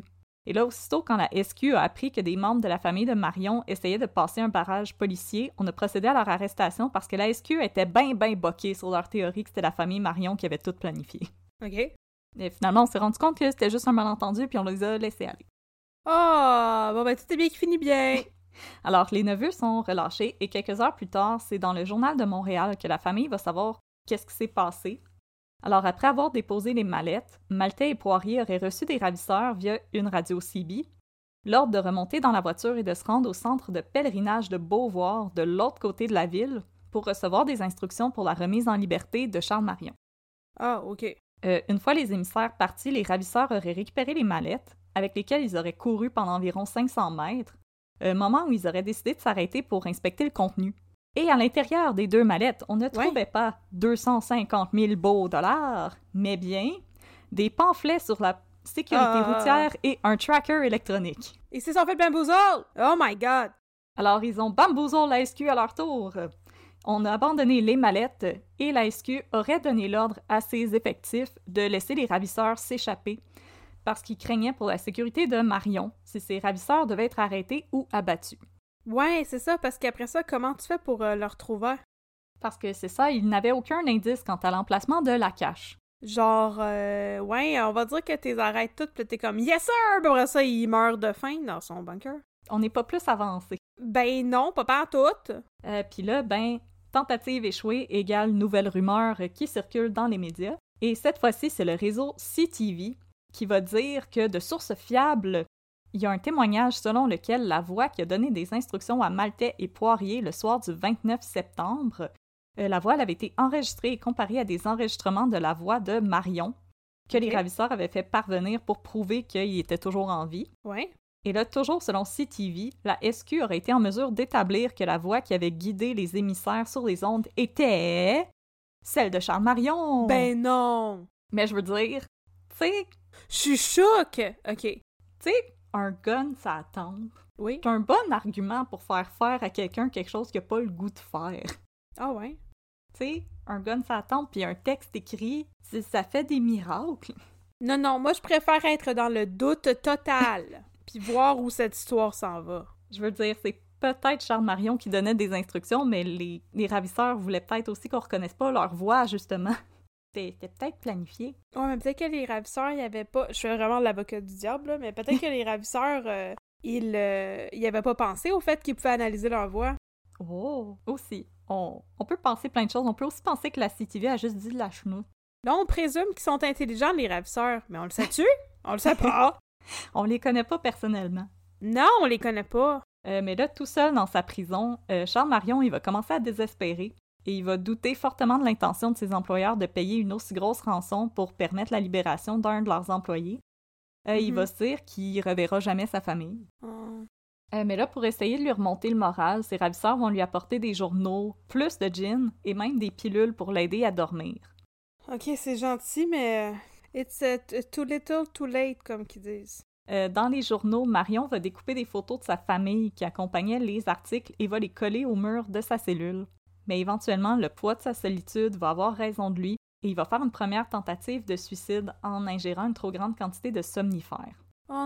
Et là, aussitôt, quand la S Q a appris que des membres de la famille de Marion essayaient de passer un barrage policier, on a procédé à leur arrestation parce que la S Q était bien, bien boquée sur leur théorie que c'était la famille Marion qui avait tout planifié. OK. Et finalement, on s'est rendu compte que c'était juste un malentendu, puis on les a laissés aller. Ah! Oh, bon, ben, tout est bien qui finit bien. Alors, les neveux sont relâchés, et quelques heures plus tard, c'est dans le Journal de Montréal que la famille va savoir qu'est-ce qui s'est passé. Alors, après avoir déposé les mallettes, Maltais et Poirier auraient reçu des ravisseurs via une radio C B, l'ordre de remonter dans la voiture et de se rendre au centre de pèlerinage de Beauvoir, de l'autre côté de la ville, pour recevoir des instructions pour la remise en liberté de Charles Marion. Ah, OK. Euh, une fois les émissaires partis, les ravisseurs auraient récupéré les mallettes, avec lesquelles ils auraient couru pendant environ cinq cents mètres, un moment où ils auraient décidé de s'arrêter pour inspecter le contenu. Et à l'intérieur des deux mallettes, on ne ouais. trouvait pas deux cent cinquante mille beaux dollars, mais bien des pamphlets sur la sécurité ah. routière et un tracker électronique. Ils se sont fait bamboozle! Oh my God! Alors, ils ont bamboozle la S Q à leur tour. On a abandonné les mallettes et la S Q aurait donné l'ordre à ses effectifs de laisser les ravisseurs s'échapper parce qu'ils craignaient pour la sécurité de Marion si ces ravisseurs devaient être arrêtés ou abattus. Ouais, c'est ça, parce qu'après ça, comment tu fais pour euh, le retrouver? Parce que c'est ça, ils n'avaient aucun indice quant à l'emplacement de la cache. Genre, euh, ouais, on va dire que t'es arrêtes toutes, pis t'es comme « Yes sir! » Puis après ça, il meurt de faim dans son bunker. On n'est pas plus avancé. Ben non, pas pantoute! Euh, Puis là, ben, tentative échouée égale nouvelle rumeur qui circule dans les médias. Et cette fois-ci, c'est le réseau C T V qui va dire que de sources fiables, il y a un témoignage selon lequel la voix qui a donné des instructions à Maltais et Poirier le soir du vingt-neuf septembre, euh, la voix elle avait été enregistrée et comparée à des enregistrements de la voix de Marion que okay. les ravisseurs avaient fait parvenir pour prouver qu'il était toujours en vie. Ouais. Et là, toujours selon C T V, la S Q aurait été en mesure d'établir que la voix qui avait guidé les émissaires sur les ondes était celle de Charles Marion. Ben non! Mais je veux dire, tu sais... Je suis choquée! OK. Tu sais, un gun, ça tombe. Oui. C'est un bon argument pour faire faire à quelqu'un quelque chose qu'il n'a pas le goût de faire. Ah ouais? Tu sais, un gun, ça tombe, puis un texte écrit, ça fait des miracles. Non, non, moi, je préfère être dans le doute total, puis voir où cette histoire s'en va. Je veux dire, c'est peut-être Charles Marion qui donnait des instructions, mais les, les ravisseurs voulaient peut-être aussi qu'on reconnaisse pas leur voix, justement. C'était peut-être planifié. Ouais, mais peut-être que les ravisseurs, il y avait pas... Je fais vraiment l'avocat du diable, là, mais peut-être que les ravisseurs, euh, ils euh, ils avaient pas pensé au fait qu'ils pouvaient analyser leur voix. Oh, aussi. On, on peut penser plein de choses. On peut aussi penser que la C T V a juste dit de la chenoute. Là, on présume qu'ils sont intelligents, les ravisseurs. Mais on le sait-tu? On le sait pas. On les connaît pas personnellement. Non, on les connaît pas. Euh, mais là, tout seul dans sa prison, euh, Charles Marion, il va commencer à désespérer. Et il va douter fortement de l'intention de ses employeurs de payer une aussi grosse rançon pour permettre la libération d'un de leurs employés. Euh, mm-hmm. Il va se dire qu'il reverra jamais sa famille. Oh. Euh, mais là, pour essayer de lui remonter le moral, ses ravisseurs vont lui apporter des journaux, plus de gin et même des pilules pour l'aider à dormir. Ok, c'est gentil, mais it's uh, too little, too late, comme qu'ils disent. Euh, dans les journaux, Marion va découper des photos de sa famille qui accompagnaient les articles et va les coller au mur de sa cellule. Mais éventuellement, le poids de sa solitude va avoir raison de lui et il va faire une première tentative de suicide en ingérant une trop grande quantité de somnifères. Oh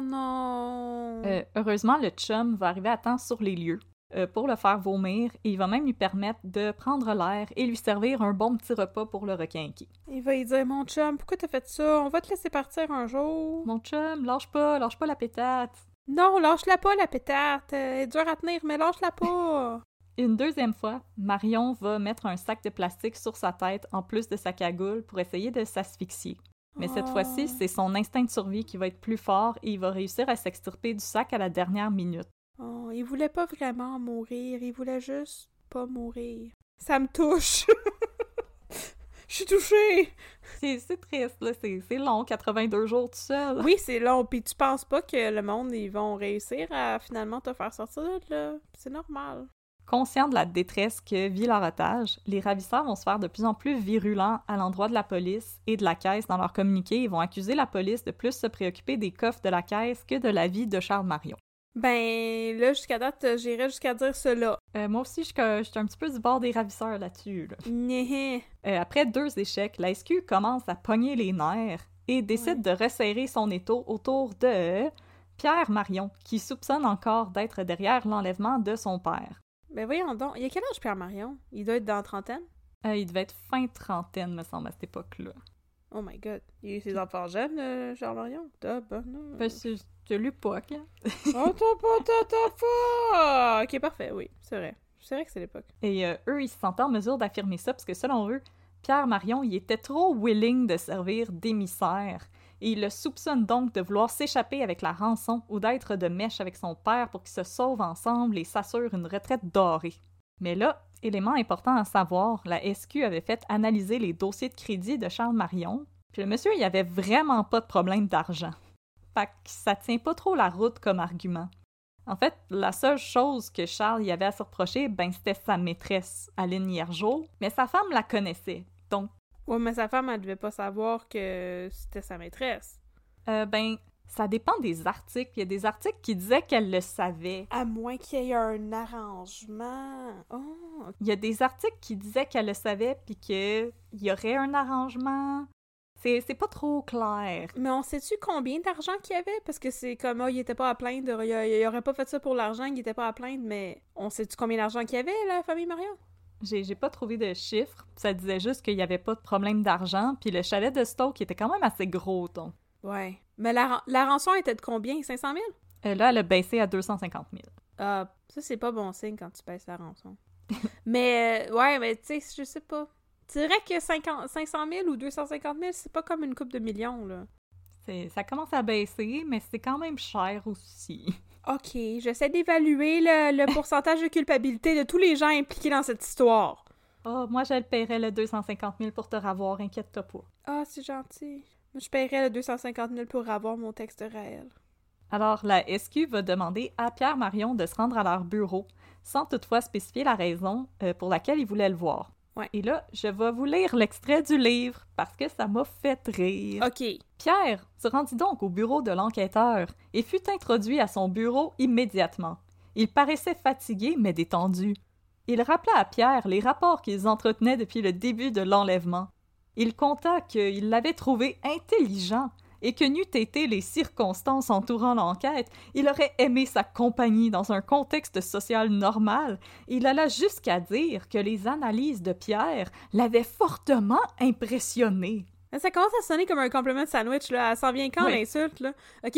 non! Euh, heureusement, le chum va arriver à temps sur les lieux euh, pour le faire vomir et il va même lui permettre de prendre l'air et lui servir un bon petit repas pour le requinquer. Il va lui dire « Mon chum, pourquoi t'as fait ça? On va te laisser partir un jour. »« Mon chum, lâche pas, lâche pas la pétate. »« Non, lâche-la pas, la pétate. Elle est dure à tenir, mais lâche-la pas. » Une deuxième fois, Marion va mettre un sac de plastique sur sa tête en plus de sa cagoule pour essayer de s'asphyxier. Mais cette oh. fois-ci, c'est son instinct de survie qui va être plus fort et il va réussir à s'extirper du sac à la dernière minute. Oh, il voulait pas vraiment mourir, il voulait juste pas mourir. Ça me touche! Je suis touchée! C'est, c'est triste, là. C'est, c'est long, quatre-vingt-deux jours tout seul. Oui, c'est long. Puis tu penses pas que le monde, ils vont réussir à finalement te faire sortir de là? C'est normal. Conscients de la détresse que vit leur otage, les ravisseurs vont se faire de plus en plus virulents à l'endroit de la police et de la caisse dans leur communiqué et vont accuser la police de plus se préoccuper des coffres de la caisse que de la vie de Charles Marion. Ben, là, jusqu'à date, j'irais jusqu'à dire cela. Euh, moi aussi, je suis un petit peu du bord des ravisseurs là-dessus. Là. Né. Euh, après deux échecs, la S Q commence à pogner les nerfs et décide ouais. de resserrer son étau autour de Pierre Marion, qui soupçonne encore d'être derrière l'enlèvement de son père. Ben voyons donc, il y a quel âge Pierre Marion? Il doit être dans la trentaine? Euh, il devait être fin trentaine, me semble, à cette époque-là. Oh my god, il a eu ses enfants jeunes, euh, Charles Marion? Tabarnak. Ben, c'est de l'époque, hein? Oh, t'as pas, t'as, t'as pas! Ok, parfait, oui, c'est vrai. C'est vrai que c'est l'époque. Et euh, eux, ils se sentaient en mesure d'affirmer ça, parce que selon eux, Pierre Marion, il était trop willing de servir d'émissaire. Et il le soupçonne donc de vouloir s'échapper avec la rançon ou d'être de mèche avec son père pour qu'ils se sauvent ensemble et s'assurent une retraite dorée. Mais là, élément important à savoir, la S Q avait fait analyser les dossiers de crédit de Charles Marion, puis le monsieur, il avait vraiment pas de problème d'argent. Fait que ça tient pas trop la route comme argument. En fait, la seule chose que Charles y avait à se reprocher, ben c'était sa maîtresse, Aline Hiergeau, mais sa femme la connaissait, donc... Ouais, mais sa femme, elle devait pas savoir que c'était sa maîtresse. Euh, ben, ça dépend des articles. Il y a des articles qui disaient qu'elle le savait. À moins qu'il y ait un arrangement. Oh! Il y a des articles qui disaient qu'elle le savait puis qu'il y aurait un arrangement. C'est, c'est pas trop clair. Mais on sait-tu combien d'argent qu'il y avait? Parce que c'est comme, oh, il était pas à plaindre, il, il aurait pas fait ça pour l'argent, il était pas à plaindre, mais on sait-tu combien d'argent qu'il y avait, la famille Marion? J'ai, j'ai pas trouvé de chiffres. Ça disait juste qu'il y avait pas de problème d'argent, puis le chalet de Stoke était quand même assez gros, donc. Ouais. Mais la, la rançon était de combien? cinq cent mille? Euh, là, elle a baissé à deux cent cinquante mille. Ah, ça, c'est pas bon signe quand tu baisses la rançon. mais, euh, ouais, mais tu sais, je sais pas. Tu dirais que cinquante, cinq cent mille ou deux cent cinquante mille, c'est pas comme une coupe de millions, là. C'est, ça commence à baisser, mais c'est quand même cher aussi. OK, j'essaie d'évaluer le, le pourcentage de culpabilité de tous les gens impliqués dans cette histoire. Oh, moi, je le paierais le deux cent cinquante mille pour te revoir, inquiète-toi pas. Ah, c'est gentil. Moi, je paierais le deux cent cinquante mille pour avoir mon texte réel. Alors, la S Q va demander à Pierre Marion de se rendre à leur bureau, sans toutefois spécifier la raison euh, pour laquelle il voulait le voir. Ouais. Et là, je vais vous lire l'extrait du livre, parce que ça m'a fait rire. OK. Pierre se rendit donc au bureau de l'enquêteur et fut introduit à son bureau immédiatement. Il paraissait fatigué, mais détendu. Il rappela à Pierre les rapports qu'ils entretenaient depuis le début de l'enlèvement. Il conta qu'il l'avait trouvé intelligent et que n'eût été les circonstances entourant l'enquête, il aurait aimé sa compagnie dans un contexte social normal. Il alla jusqu'à dire que les analyses de Pierre l'avaient fortement impressionné. Ça commence à sonner comme un complément de sandwich, là. Elle s'en vient quand, Oui. l'insulte, là? OK.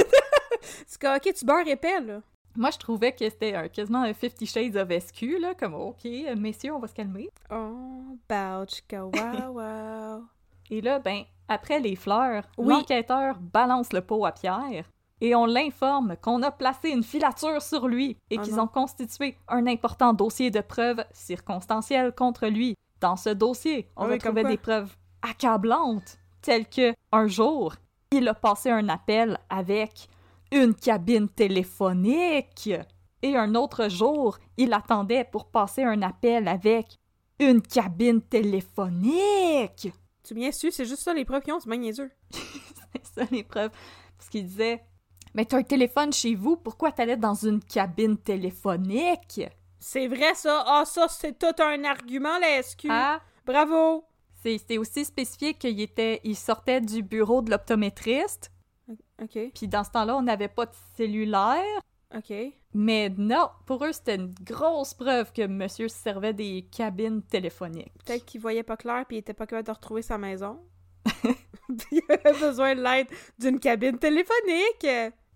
C'est que, OK, tu beurres épais, là. Moi, je trouvais que c'était un, quasiment un Fifty Shades of S Q, là, comme « OK, messieurs, on va se calmer. » Oh, bouchka, wow, wow. Et là, ben, après les fleurs, Oui. l'enquêteur balance le pot à Pierre et on l'informe qu'on a placé une filature sur lui et Oh qu'ils non. ont constitué un important dossier de preuves circonstancielles contre lui. Dans ce dossier, on Ah oui, retrouvait comme quoi? des preuves accablantes, telles que, un jour, il a passé un appel avec une cabine téléphonique et un autre jour, il attendait pour passer un appel avec une cabine téléphonique. Tu bien su, c'est juste ça, les preuves qu'ils ont, c'est bien niaiseux. C'est ça, les preuves. Parce qu'il disait « Mais t'as un téléphone chez vous, pourquoi t'allais dans une cabine téléphonique? C'est vrai, ça. Ah, ça, c'est tout un argument, la S Q. » Ah, Bravo! c'est, c'était aussi spécifié qu'il était, il sortait du bureau de l'optométriste, OK, puis dans ce temps-là, on n'avait pas de cellulaire. OK. Mais non, pour eux, c'était une grosse preuve que monsieur se servait des cabines téléphoniques. Peut-être qu'il voyait pas clair puis il était pas capable de retrouver sa maison. Puis il avait besoin de l'aide d'une cabine téléphonique.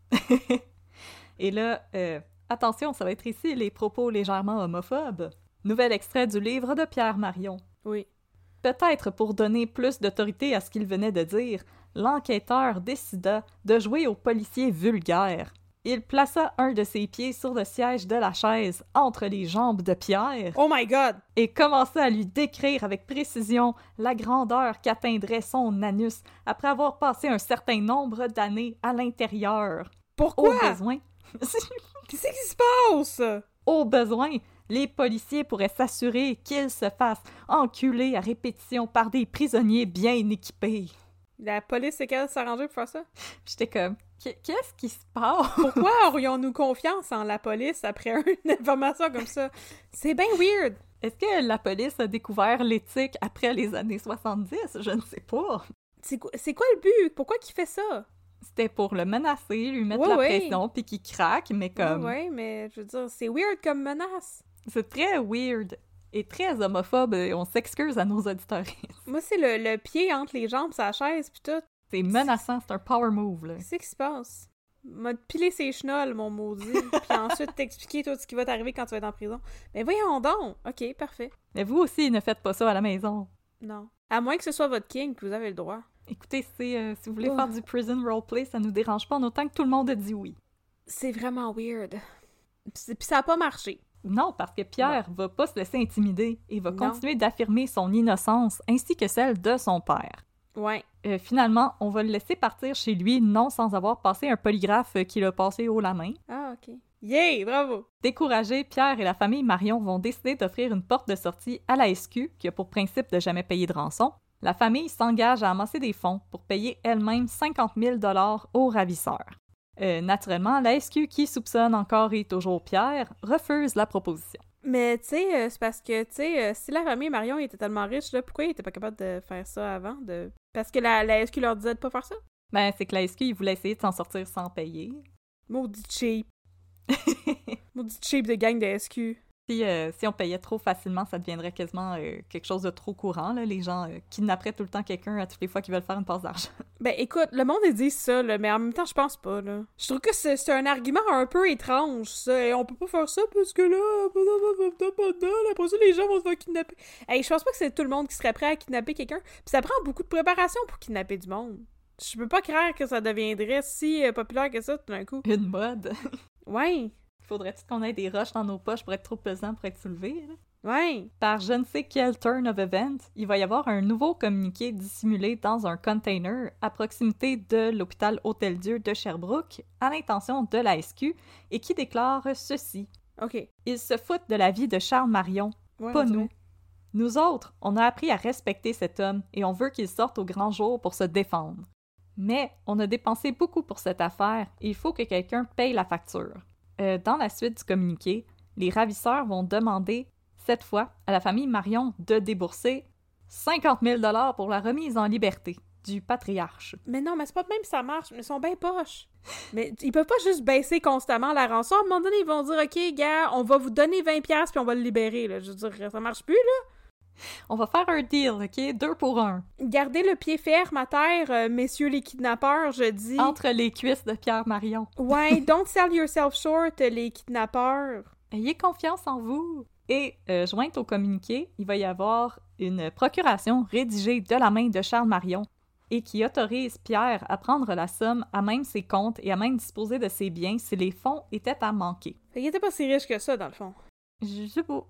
Et là, euh, attention, ça va être ici les propos légèrement homophobes. Nouvel extrait du livre de Pierre Marion. Oui. Peut-être pour donner plus d'autorité à ce qu'il venait de dire, l'enquêteur décida de jouer au policier vulgaire. Il plaça un de ses pieds sur le siège de la chaise, entre les jambes de Pierre, Oh my God! et commença à lui décrire avec précision la grandeur qu'atteindrait son anus après avoir passé un certain nombre d'années à l'intérieur. Au Pourquoi? besoin, Qu'est-ce qui se passe? au besoin, les policiers pourraient s'assurer qu'ils se fassent enculer à répétition par des prisonniers bien équipés. La police est capable de s'arranger pour faire ça? J'étais comme, qu'est-ce qui se passe? Pourquoi aurions-nous confiance en la police après une information comme ça? C'est bien weird! Est-ce que la police a découvert l'éthique après les années soixante-dix? Je ne sais pas. C'est quoi, c'est quoi le but? Pourquoi qu'il fait ça? C'était pour le menacer, lui mettre ouais, la ouais. pression, puis qu'il craque, mais comme... Ouais, ouais, mais je veux dire, c'est weird comme menace. C'est très weird et très homophobe, et on s'excuse à nos auditeurs. Moi, c'est le, le pied entre les jambes, sa chaise, pis tout. C'est menaçant, c'est un power move, là. Qu'est-ce qui se passe? M'a pilé ses chenolles, mon maudit, puis ensuite t'expliquer tout ce qui va t'arriver quand tu vas être en prison. Mais voyons donc! Ok, parfait. Mais vous aussi, ne faites pas ça à la maison. Non. À moins que ce soit votre king, que vous avez le droit. Écoutez, c'est, euh, si vous voulez Oh. faire du prison roleplay, ça nous dérange pas en autant que tout le monde a dit oui. C'est vraiment weird. Puis ça a pas marché. Non, parce que Pierre va pas se laisser intimider et va Non. continuer d'affirmer son innocence ainsi que celle de son père. Ouais. Euh, finalement, on va le laisser partir chez lui, non sans avoir passé un polygraphe euh, qu'il a passé haut la main. Ah, ok. Yay! Bravo! Découragés, Pierre et la famille Marion vont décider d'offrir une porte de sortie à la S Q, qui a pour principe de jamais payer de rançon. La famille s'engage à amasser des fonds pour payer elle-même cinquante mille dollars aux ravisseurs. Euh, naturellement, la S Q, qui soupçonne encore et toujours Pierre, refuse la proposition. Mais tu sais, euh, c'est parce que, tu sais, euh, si la famille Marion était tellement riche, là, pourquoi ils étaient pas capables de faire ça avant? De... Parce que la, la S Q leur disait de pas faire ça? Ben, c'est que la S Q, il voulait essayer de s'en sortir sans payer. Maudit cheap. Maudit cheap de gang de S Q. Si, euh, si on payait trop facilement, ça deviendrait quasiment euh, quelque chose de trop courant. Là. Les gens euh, kidnapperaient tout le temps quelqu'un à toutes les fois qu'ils veulent faire une passe d'argent. Ben écoute, le monde ils disent ça, là, mais en même temps, je pense pas, là. Je trouve que c'est c'est un argument un peu étrange, ça. Et on peut pas faire ça parce que là, après ça, les gens vont se faire kidnapper. Hey, je pense pas que c'est tout le monde qui serait prêt à kidnapper quelqu'un. Puis ça prend beaucoup de préparation pour kidnapper du monde. Je peux pas croire que ça deviendrait si euh, populaire que ça tout d'un coup. Une mode. Ouais, Faudrait-tu qu'on ait des roches dans nos poches pour être trop pesant pour être soulevé? Là? ouais. Par je ne sais quel turn of event, il va y avoir un nouveau communiqué dissimulé dans un container à proximité de l'hôpital Hôtel-Dieu de Sherbrooke à l'intention de la S Q et qui déclare ceci. OK. Ils se foutent de la vie de Charles Marion, Ouais, pas on nous. dirait. Nous autres, on a appris à respecter cet homme et on veut qu'il sorte au grand jour pour se défendre. Mais on a dépensé beaucoup pour cette affaire et il faut que quelqu'un paye la facture. Euh, dans la suite du communiqué, les ravisseurs vont demander, cette fois, à la famille Marion de débourser cinquante mille dollars pour la remise en liberté du patriarche. Mais non, mais c'est pas de même que ça marche. Mais ils sont bien poches. Mais ils peuvent pas juste baisser constamment la rançon. À un moment donné, ils vont dire, OK, gars, on va vous donner vingt dollars puis on va le libérer. Là. Je veux dire, ça marche plus, là. On va faire un deal, OK? Deux pour un. Gardez le pied ferme à terre, euh, messieurs les kidnappeurs, je dis. Entre les cuisses de Pierre Marion. Ouais, don't sell yourself short, les kidnappeurs. Ayez confiance en vous. Et, euh, jointe au communiqué, il va y avoir une procuration rédigée de la main de Charles Marion et qui autorise Pierre à prendre la somme à même ses comptes et à même disposer de ses biens si les fonds étaient à manquer. Fait qu'il était pas si riche que ça, dans le fond. Je sais pas.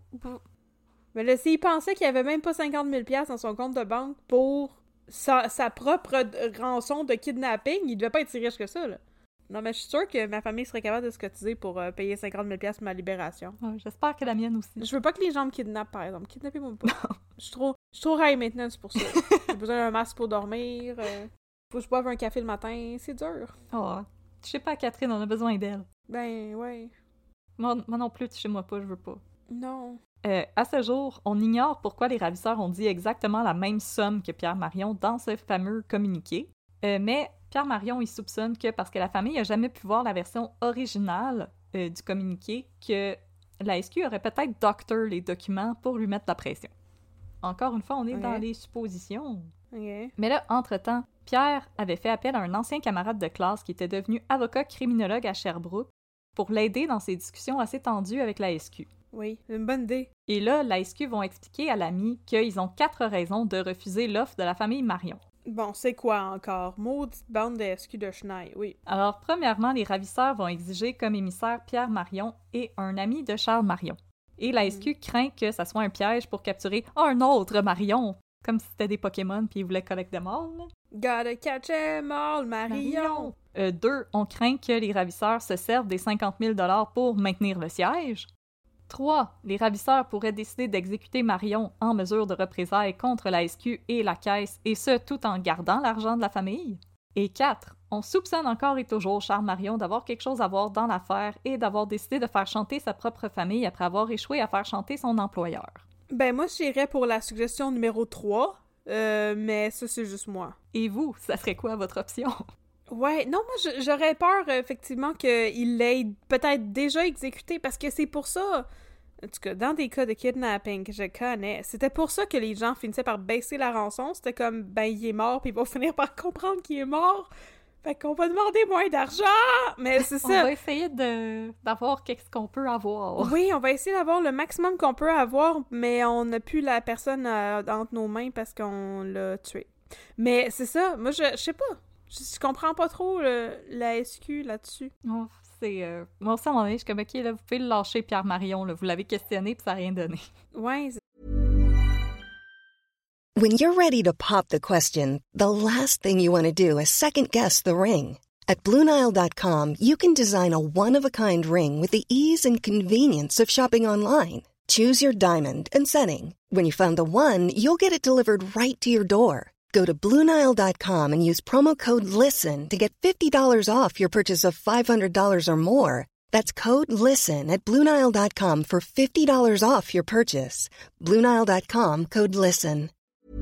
Mais là, s'il pensait qu'il avait même pas cinquante mille dollars dans son compte de banque pour sa, sa propre d- rançon de kidnapping, il devait pas être si riche que ça, là. Non, mais je suis sûre que ma famille serait capable de se cotiser pour euh, payer cinquante mille dollars pour ma libération. Ouais, j'espère que la mienne aussi. Je veux pas que les gens me kidnappent, par exemple. Kidnappez-moi pas. Je suis trop, je suis trop high maintenance pour ça. J'ai besoin d'un masque pour dormir. euh, Faut que je boive un café le matin. C'est dur. Oh, je sais pas, Catherine, on a besoin d'elle. Ben, ouais. Moi, moi non plus, chez moi pas, je veux pas. Non. Euh, à ce jour, on ignore pourquoi les ravisseurs ont dit exactement la même somme que Pierre Marion dans ce fameux communiqué. Euh, mais Pierre Marion, il soupçonne que parce que la famille n'a jamais pu voir la version originale euh, du communiqué, que la S Q aurait peut-être doctor les documents pour lui mettre la pression. Encore une fois, on est Ok. dans les suppositions. Ok. Mais là, entre-temps, Pierre avait fait appel à un ancien camarade de classe qui était devenu avocat criminologue à Sherbrooke pour l'aider dans ses discussions assez tendues avec la S Q. Oui, une bonne idée. Et là, la S Q vont expliquer à l'ami qu'ils ont quatre raisons de refuser l'offre de la famille Marion. Bon, c'est quoi encore? Maudite bande de S Q de Chenaille, oui. Alors, premièrement, les ravisseurs vont exiger comme émissaire Pierre Marion et un ami de Charles Marion. Et la S Q craint que ça soit un piège pour capturer un autre Marion, comme si c'était des Pokémon puis ils voulaient collecter them all. là. Gotta catch 'em all, Marion! Euh, deux, on craint que les ravisseurs se servent des cinquante mille dollars pour maintenir le siège. Trois, les ravisseurs pourraient décider d'exécuter Marion en mesure de représailles contre la S Q et la caisse, et ce, tout en gardant l'argent de la famille. Et quatre, on soupçonne encore et toujours Charles Marion d'avoir quelque chose à voir dans l'affaire et d'avoir décidé de faire chanter sa propre famille après avoir échoué à faire chanter son employeur. Ben, moi, j'irais pour la suggestion numéro trois, euh, mais ça, c'est juste moi. Et vous, ça serait quoi votre option? Ouais, non, moi, je- j'aurais peur, euh, effectivement, qu'il l'ait peut-être déjà exécuté, parce que c'est pour ça, en tout cas, dans des cas de kidnapping que je connais, c'était pour ça que les gens finissaient par baisser la rançon. C'était comme, ben, il est mort, puis ils vont finir par comprendre qu'il est mort. Fait qu'on va demander moins d'argent! Mais c'est On ça. va essayer de d'avoir qu'est-ce qu'on peut avoir. Oui, on va essayer d'avoir le maximum qu'on peut avoir, mais on n'a plus la personne euh, entre nos mains parce qu'on l'a tué. Mais c'est ça, moi, je, je sais pas. Je, je comprends pas trop le- la S Q là-dessus. Oh, c'est... Euh... Moi aussi, à un moment donné, je suis comme, OK, là, vous pouvez le lâcher, Pierre Marion, là. Vous l'avez questionné, puis ça n'a rien donné. Ouais, c'est- When you're ready to pop the question, the last thing you want to do is second-guess the ring. At Blue Nile dot com, you can design a one-of-a-kind ring with the ease and convenience of shopping online. Choose your diamond and setting. When you find the one, you'll get it delivered right to your door. Go to Blue Nile dot com and use promo code LISTEN to get fifty dollars off your purchase of five hundred dollars or more. That's code LISTEN at Blue Nile dot com for fifty dollars off your purchase. Blue Nile dot com, code LISTEN.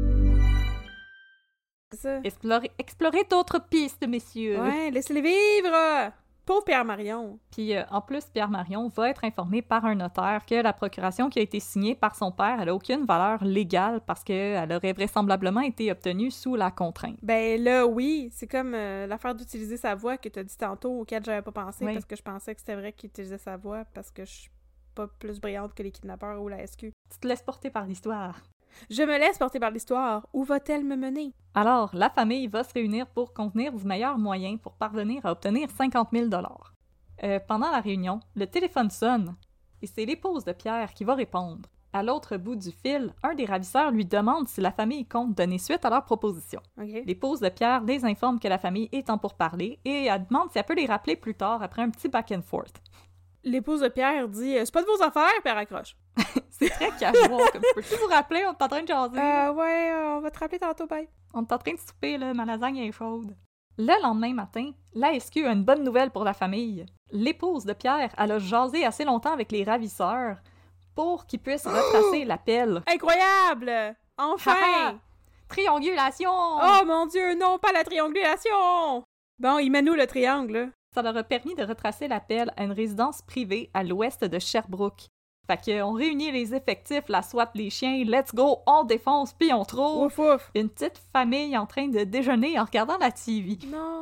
c'est ça. Explorer, explorer d'autres pistes, messieurs. Ouais, laissez-les vivre! Pauvre Pierre Marion. Puis euh, en plus, Pierre Marion va être informé par un notaire que la procuration qui a été signée par son père, elle n'a aucune valeur légale parce qu'elle aurait vraisemblablement été obtenue sous la contrainte. Ben là, oui, c'est comme euh, l'affaire d'utiliser sa voix que tu as dit tantôt, auquel j'avais pas pensé, Oui. parce que je pensais que c'était vrai qu'il utilisait sa voix, parce que je suis pas plus brillante que les kidnappeurs ou la S Q. Tu te laisses porter par l'histoire. Je me laisse porter par l'histoire. Où va-t-elle me mener? Alors, la famille va se réunir pour convenir du meilleur moyen pour parvenir à obtenir cinquante mille dollars. Euh, pendant la réunion, le téléphone sonne et c'est l'épouse de Pierre qui va répondre. À l'autre bout du fil, un des ravisseurs lui demande si la famille compte donner suite à leur proposition. OK. L'épouse de Pierre les informe que la famille est en pourparlers et elle demande si elle peut les rappeler plus tard après un petit back and forth. L'épouse de Pierre dit euh, « C'est pas de vos affaires, Pierre accroche. C'est très casual, comme peux-tu vous rappeler, on est en train de jaser. » Euh, ouais, euh, on va te rappeler tantôt, bye. On est en train de souper, là, ma lasagne est chaude. Le lendemain matin, la S Q a une bonne nouvelle pour la famille. L'épouse de Pierre, elle a jasé assez longtemps avec les ravisseurs pour qu'ils puissent retracer l'appel. Incroyable! Enfin! Triangulation! Oh mon Dieu, non, pas la triangulation! Bon, il met nous le triangle, là. Ça leur a permis de retracer l'appel à une résidence privée à l'ouest de Sherbrooke. Fait qu'on réunit les effectifs, la SWAT, les chiens, let's go, on défonce puis on trouve Ouf, ouf! une petite famille en train de déjeuner en regardant la T V.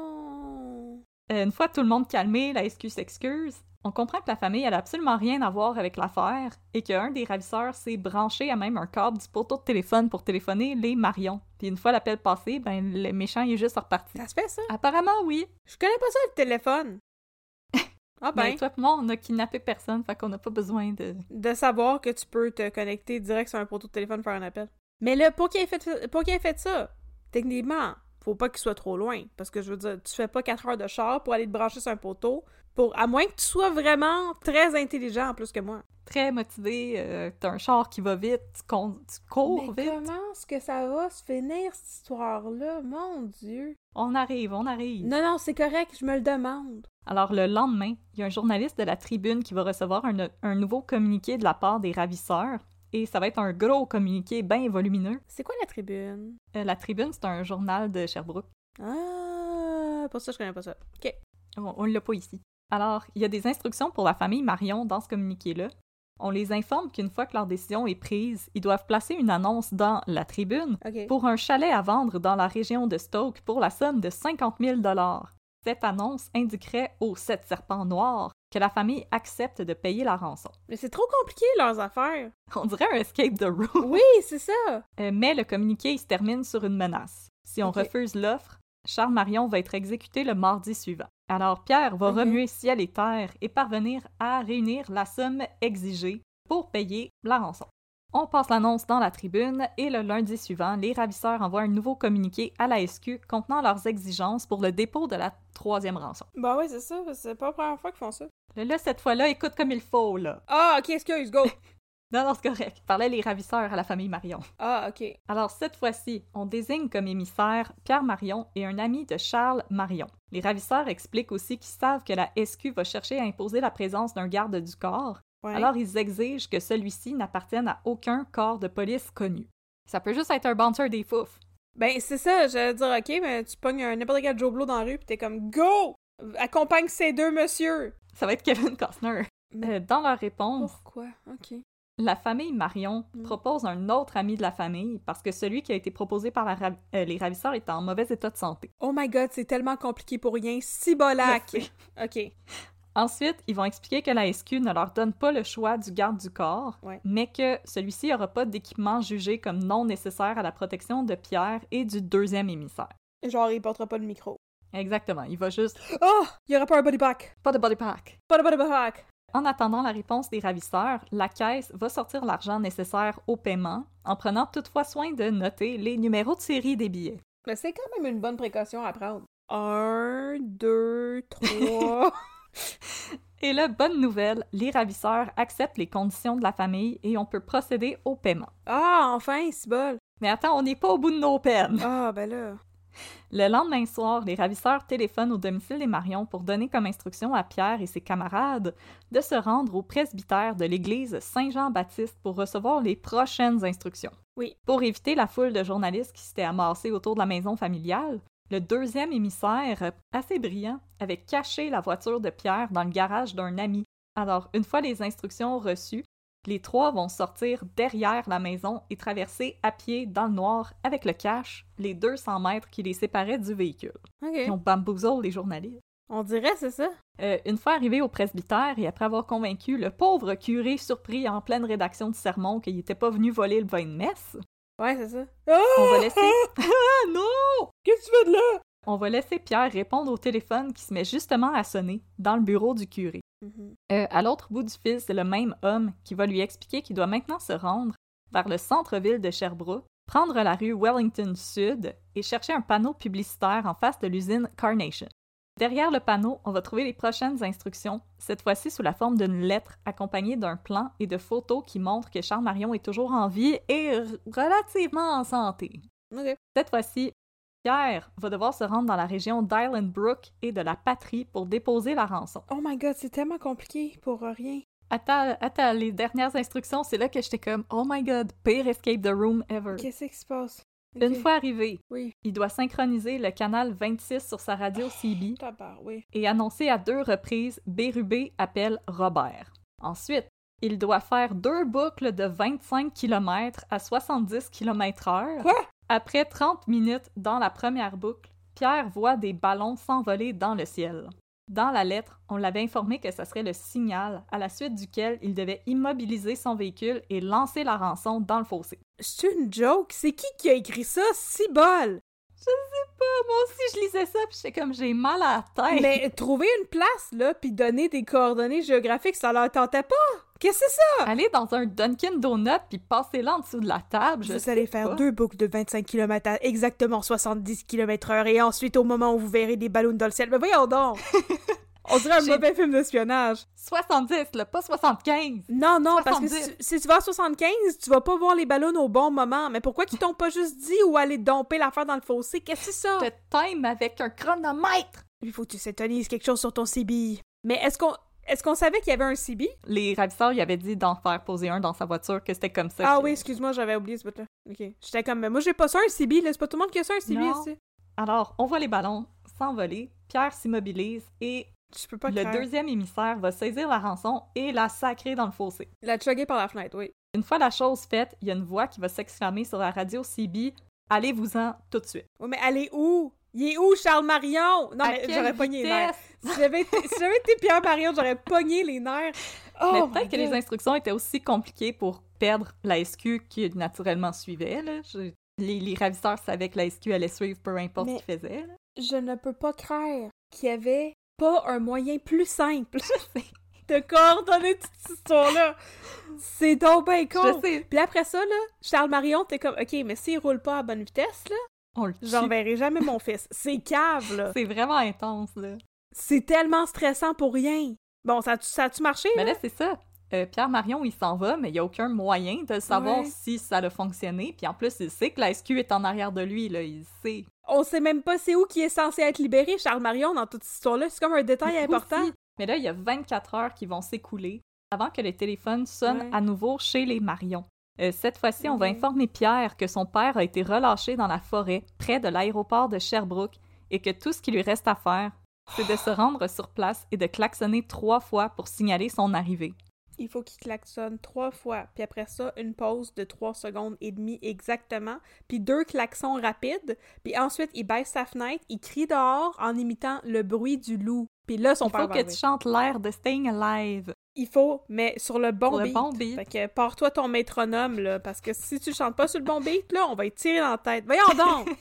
Non! Euh, une fois tout le monde calmé, la S Q s'excuse. On comprend que la famille n'a absolument rien à voir avec l'affaire et qu'un des ravisseurs s'est branché à même un câble du poteau de téléphone pour téléphoner les Marion. Puis une fois l'appel passé, ben le méchant il est juste reparti. Ça se fait, ça? Apparemment, oui. Je connais pas ça, le téléphone. Ah ben, Ben, toi et moi, on n'a kidnappé personne, fait qu'on n'a pas besoin de... de savoir que tu peux te connecter direct sur un poteau de téléphone pour faire un appel. Mais là, pour qu'il ait fait, pour qu'il ait fait ça, techniquement, faut pas qu'il soit trop loin. Parce que je veux dire, tu fais pas quatre heures de char pour aller te brancher sur un poteau, pour, à moins que tu sois vraiment très intelligent en plus que moi. Très motivé, euh, t'as un char qui va vite, tu, con- tu cours Mais vite. comment est-ce que ça va se finir, cette histoire-là? Mon Dieu! On arrive, on arrive. Non, non, c'est correct, je me le demande. Alors, le lendemain, il y a un journaliste de la Tribune qui va recevoir un, un nouveau communiqué de la part des ravisseurs. Et ça va être un gros communiqué bien volumineux. C'est quoi la tribune? Euh, la Tribune, c'est un journal de Sherbrooke. Ah, pour ça, je connais pas ça. OK. On, on l'a pas ici. Alors, il y a des instructions pour la famille Marion dans ce communiqué-là. On les informe qu'une fois que leur décision est prise, ils doivent placer une annonce dans la Tribune OK. pour un chalet à vendre dans la région de Stoke pour la somme de cinquante mille dollars. Cette annonce indiquerait aux sept serpents noirs que la famille accepte de payer la rançon. Mais c'est trop compliqué, leurs affaires. On dirait un escape the room. Oui, c'est ça. Euh, mais le communiqué il se termine sur une menace. Si on Ok. refuse l'offre, Charles Marion va être exécuté le mardi suivant. Alors Pierre va Ok. remuer ciel et terre et parvenir à réunir la somme exigée pour payer la rançon. On passe l'annonce dans la Tribune et le lundi suivant, les ravisseurs envoient un nouveau communiqué à la S Q contenant leurs exigences pour le dépôt de la troisième rançon. Bah ouais, c'est ça. C'est pas la première fois qu'ils font ça. Là, là, cette fois-là, écoute comme il faut, là. Ah, OK, excuse, go. Non, non, c'est correct. Parlaient les ravisseurs à la famille Marion. Ah, OK. Alors, cette fois-ci, on désigne comme émissaires Pierre Marion et un ami de Charles Marion. Les ravisseurs expliquent aussi qu'ils savent que la S Q va chercher à imposer la présence d'un garde du corps. Ouais. Alors, ils exigent que celui-ci n'appartienne à aucun corps de police connu. Ça peut juste être un bouncer des fouf. Ben, c'est ça, j'allais dire, OK, mais tu pognes un n'importe quel Joe Blow dans la rue, pis t'es comme « Go! Accompagne ces deux messieurs! » Ça va être Kevin Costner. Euh, dans leur réponse, Pourquoi? OK. la famille Marion Mm. propose un autre ami de la famille parce que celui qui a été proposé par la ra- euh, les ravisseurs est en mauvais état de santé. Oh my god, c'est tellement compliqué pour rien. Cibolac! Je sais. OK. Ensuite, ils vont expliquer que la S Q ne leur donne pas le choix du garde du corps, Ouais. mais que celui-ci n'aura pas d'équipement jugé comme non nécessaire à la protection de Pierre et du deuxième émissaire. Genre, il portera pas le micro. Exactement, il va juste... Oh! Il y aura pas un body pack! Pas de body pack! Pas de body pack! En attendant la réponse des ravisseurs, la caisse va sortir l'argent nécessaire au paiement, en prenant toutefois soin de noter les numéros de série des billets. Mais c'est quand même une bonne précaution à prendre. Un, deux, trois... Et là, bonne nouvelle, les ravisseurs acceptent les conditions de la famille et on peut procéder au paiement. Ah, enfin, c'est bol! Mais attends, on n'est pas au bout de nos peines! Ah, ben là... Le lendemain soir, les ravisseurs téléphonent au domicile des Marion pour donner comme instruction à Pierre et ses camarades de se rendre au presbytère de l'église Saint-Jean-Baptiste pour recevoir les prochaines instructions. Oui. Pour éviter la foule de journalistes qui s'étaient amassés autour de la maison familiale, le deuxième émissaire, assez brillant, avait caché la voiture de Pierre dans le garage d'un ami. Alors, une fois les instructions reçues, les trois vont sortir derrière la maison et traverser à pied dans le noir avec le cash les deux cents mètres qui les séparaient du véhicule. OK. Ils ont bamboozled les journalistes. On dirait, c'est ça? Euh, une fois arrivés au presbytère et après avoir convaincu le pauvre curé surpris en pleine rédaction du sermon qu'il n'était pas venu voler le vin de messe, Ouais, c'est ça. Ah! on va laisser... Ah non! Qu'est-ce que tu fais de là? On va laisser Pierre répondre au téléphone qui se met justement à sonner dans le bureau du curé. Mhm. Euh, à l'autre bout du fil, c'est le même homme qui va lui expliquer qu'il doit maintenant se rendre vers le centre-ville de Sherbrooke, prendre la rue Wellington Sud et chercher un panneau publicitaire en face de l'usine Carnation. Derrière le panneau, on va trouver les prochaines instructions, cette fois-ci sous la forme d'une lettre accompagnée d'un plan et de photos qui montrent que Charles Marion est toujours en vie et r- relativement en santé. OK. Cette fois-ci, Pierre va devoir se rendre dans la région d'Island Brook et de la Patrie pour déposer la rançon. Oh my god, c'est tellement compliqué pour rien. Attends, attends, les dernières instructions, c'est là que j'étais comme « Oh my god, pire escape the room ever ». Qu'est-ce qui se passe? Une Ok. fois arrivé, Oui. il doit synchroniser le canal vingt-six sur sa radio C B Tabar, oui. et annoncer à deux reprises « Bérubé appelle Robert ». Ensuite, il doit faire deux boucles de vingt-cinq kilomètres à soixante-dix kilomètres heure. Quoi? Après trente minutes dans la première boucle, Pierre voit des ballons s'envoler dans le ciel. Dans la lettre, on l'avait informé que ce serait le signal à la suite duquel il devait immobiliser son véhicule et lancer la rançon dans le fossé. C'est une joke? C'est qui qui a écrit ça? Si bol! Je sais pas, moi aussi je lisais ça pis j'étais comme j'ai mal à la tête. Mais trouver une place, là, puis donner des coordonnées géographiques, ça leur tentait pas! Qu'est-ce que c'est ça? Aller dans un Dunkin' Donut puis passer là en dessous de la table, je Vous sais allez faire pas. deux boucles de vingt-cinq kilomètres à exactement soixante-dix kilomètres heure et ensuite, au moment où vous verrez des ballons dans le ciel, mais voyons donc! On dirait un J'ai- mauvais film d'espionnage. soixante-dix, là, pas soixante-quinze. Non, non, parce que soixante-dix. si, si tu vas à soixante-quinze, tu vas pas voir les ballons au bon moment. Mais pourquoi qu'ils t'ont pas juste dit où aller domper l'affaire dans le fossé? Qu'est-ce que c'est ça? Je time avec un chronomètre. Il faut que tu s'étonises quelque chose sur ton C B. Mais est-ce qu'on est-ce qu'on savait qu'il y avait un C B? Les ravisseurs, il avait dit d'en faire poser un dans sa voiture, que c'était comme ça. Ah que- oui, excuse-moi, j'avais oublié ce bout-là. Ok. J'étais comme, mais moi j'ai pas ça un C B, là. C'est pas tout le monde qui a ça un C B Non. ici. Alors, on voit les ballons s'envoler, Pierre s'immobilise et Je peux pas le croire. deuxième émissaire va saisir la rançon et la sacrer dans le fossé. La chugger par la fenêtre, oui. Une fois la chose faite, il y a une voix qui va s'exclamer sur la radio C B « Allez-vous-en tout de suite Oui, mais elle est où? Il est où, Charles Marion? Non, À mais quelle j'aurais pogné les nerfs. vitesse? Si j'avais été, si j'avais été Pierre Marion, j'aurais pogné les nerfs. Oh Mais my peut-être que les God. instructions étaient aussi compliquées pour perdre la S Q qui naturellement suivait. Là. Je- Les, les ravisseurs savaient que la S Q allait suivre peu importe Mais- ce qu'ils faisaient. là. Je ne peux pas croire qu'il y avait pas un moyen plus simple de coordonner toute cette histoire-là. C'est donc bien con. Je sais, Puis après ça, là, Charles Marion, t'es comme, OK, mais s'il roule pas à bonne vitesse, là, on le tue. j'enverrai jamais mon fils. C'est cave, là. C'est vraiment intense. Là. C'est tellement stressant pour rien. Bon, ça a-tu ça a-tu marché, Mais là? là, c'est ça. Euh, Pierre Marion, il s'en va, mais il n'y a aucun moyen de savoir Ouais. si ça a fonctionné. Puis en plus, il sait que la S Q est en arrière de lui. Là. Il sait. On sait même pas c'est où qui est censé être libéré, Charles Marion, dans toute cette histoire-là. C'est comme un détail important. Aussi. Mais là, il y a vingt-quatre heures qui vont s'écouler avant que le téléphone sonne Ouais. à nouveau chez les Marion. Euh, cette fois-ci, on va informer Pierre que son père a été relâché dans la forêt, près de l'aéroport de Sherbrooke, et que tout ce qui lui reste à faire, c'est de se rendre sur place et de klaxonner trois fois pour signaler son arrivée. Il faut qu'il klaxonne trois fois, puis après ça, une pause de trois secondes et demie exactement, puis deux klaxons rapides, puis ensuite, il baisse sa fenêtre, il crie dehors en imitant le bruit du loup. Puis là, son Il père faut va que arriver. tu chantes l'air de Staying Alive. Il faut, mais sur le bon Sur le beat. bon beat. Fait que pars-toi ton métronome, là, parce que si tu chantes pas sur le bon beat, là, on va y tirer dans la tête. Voyons donc!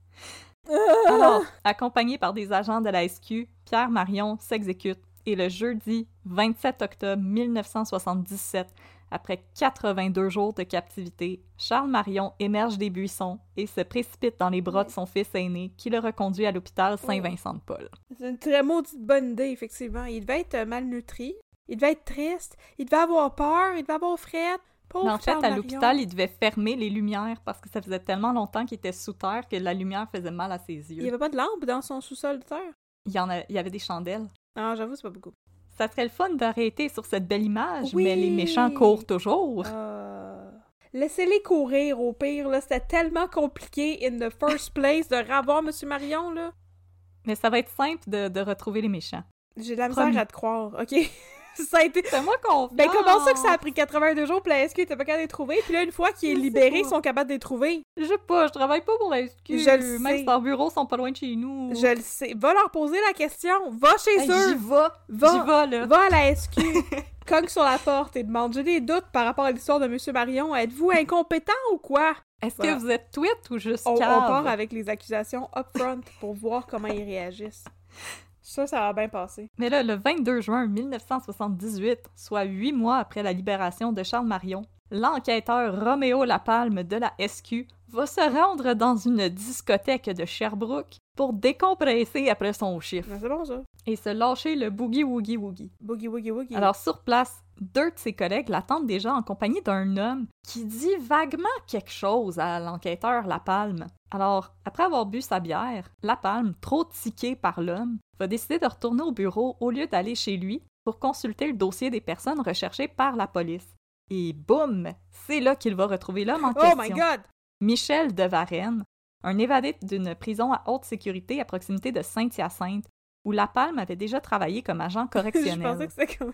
Alors, accompagné par des agents de la S Q, Pierre Marion s'exécute et le jeudi vingt-sept octobre mille neuf cent soixante-dix-sept, après quatre-vingt-deux jours de captivité, Charles Marion émerge des buissons et se précipite dans les bras de son fils aîné qui le reconduit à l'hôpital Saint-Vincent-de-Paul. C'est une très maudite bonne idée, effectivement. Il devait être malnutri, il devait être triste, il devait avoir peur, il devait avoir frette. Pauvre Mais en fait, Charles à Marion. l'hôpital, il devait fermer les lumières parce que ça faisait tellement longtemps qu'il était sous terre que la lumière faisait mal à ses Il yeux. n'y avait pas de lampe dans son sous-sol de terre. Il y, en a, il y avait des chandelles. Ah, j'avoue, c'est pas beaucoup. Ça serait le fun d'arrêter sur cette belle image, Oui! mais les méchants courent toujours. Euh... Laissez-les courir, au pire, là. C'était tellement compliqué, in the first place, de revoir M. Marion, là. Mais ça va être simple de, de retrouver les méchants. J'ai de la misère Promis. à te croire, OK? Ça a été... Fais-moi confiance! Ben, comment ça que ça a pris quatre-vingt-deux jours pour la S Q était pas capable de les trouver? Puis là, une fois qu'il est Je sais libéré, ils pas. sont capables de les trouver. Je sais pas, je travaille pas pour la S Q. Je le Même sais. si leurs bureaux sont pas loin de chez nous. Je le sais. Va leur poser la question. Va chez Hey, eux. J'y vais! Va. J'y vais, là! Va à la S Q. Cogne sur la porte et demande. J'ai des doutes par rapport à l'histoire de M. Marion. Êtes-vous incompétent ou quoi? Est-ce Voilà. que vous êtes tweet ou juste On, on cave? part avec les accusations upfront pour voir comment ils réagissent. Ça, ça va bien passer. Mais là, le vingt-deux juin mille neuf cent soixante-dix-huit, soit huit mois après la libération de Charles Marion, l'enquêteur Roméo Lapalme de la S Q va se rendre dans une discothèque de Sherbrooke pour décompresser après son chiffre Ben, c'est bon, ça. et se lâcher le boogie woogie woogie. Boogie woogie woogie. Alors sur place, deux de ses collègues l'attendent déjà en compagnie d'un homme qui dit vaguement quelque chose à l'enquêteur Lapalme. Alors, après avoir bu sa bière, Lapalme, trop tiqué par l'homme, va décider de retourner au bureau au lieu d'aller chez lui pour consulter le dossier des personnes recherchées par la police. Et boum! C'est là qu'il va retrouver l'homme en Oh question. my God! Michel de Varenne, un évadé d'une prison à haute sécurité à proximité de Saint-Hyacinthe, où Lapalme avait déjà travaillé comme agent Je correctionnel. pensais que c'était comme...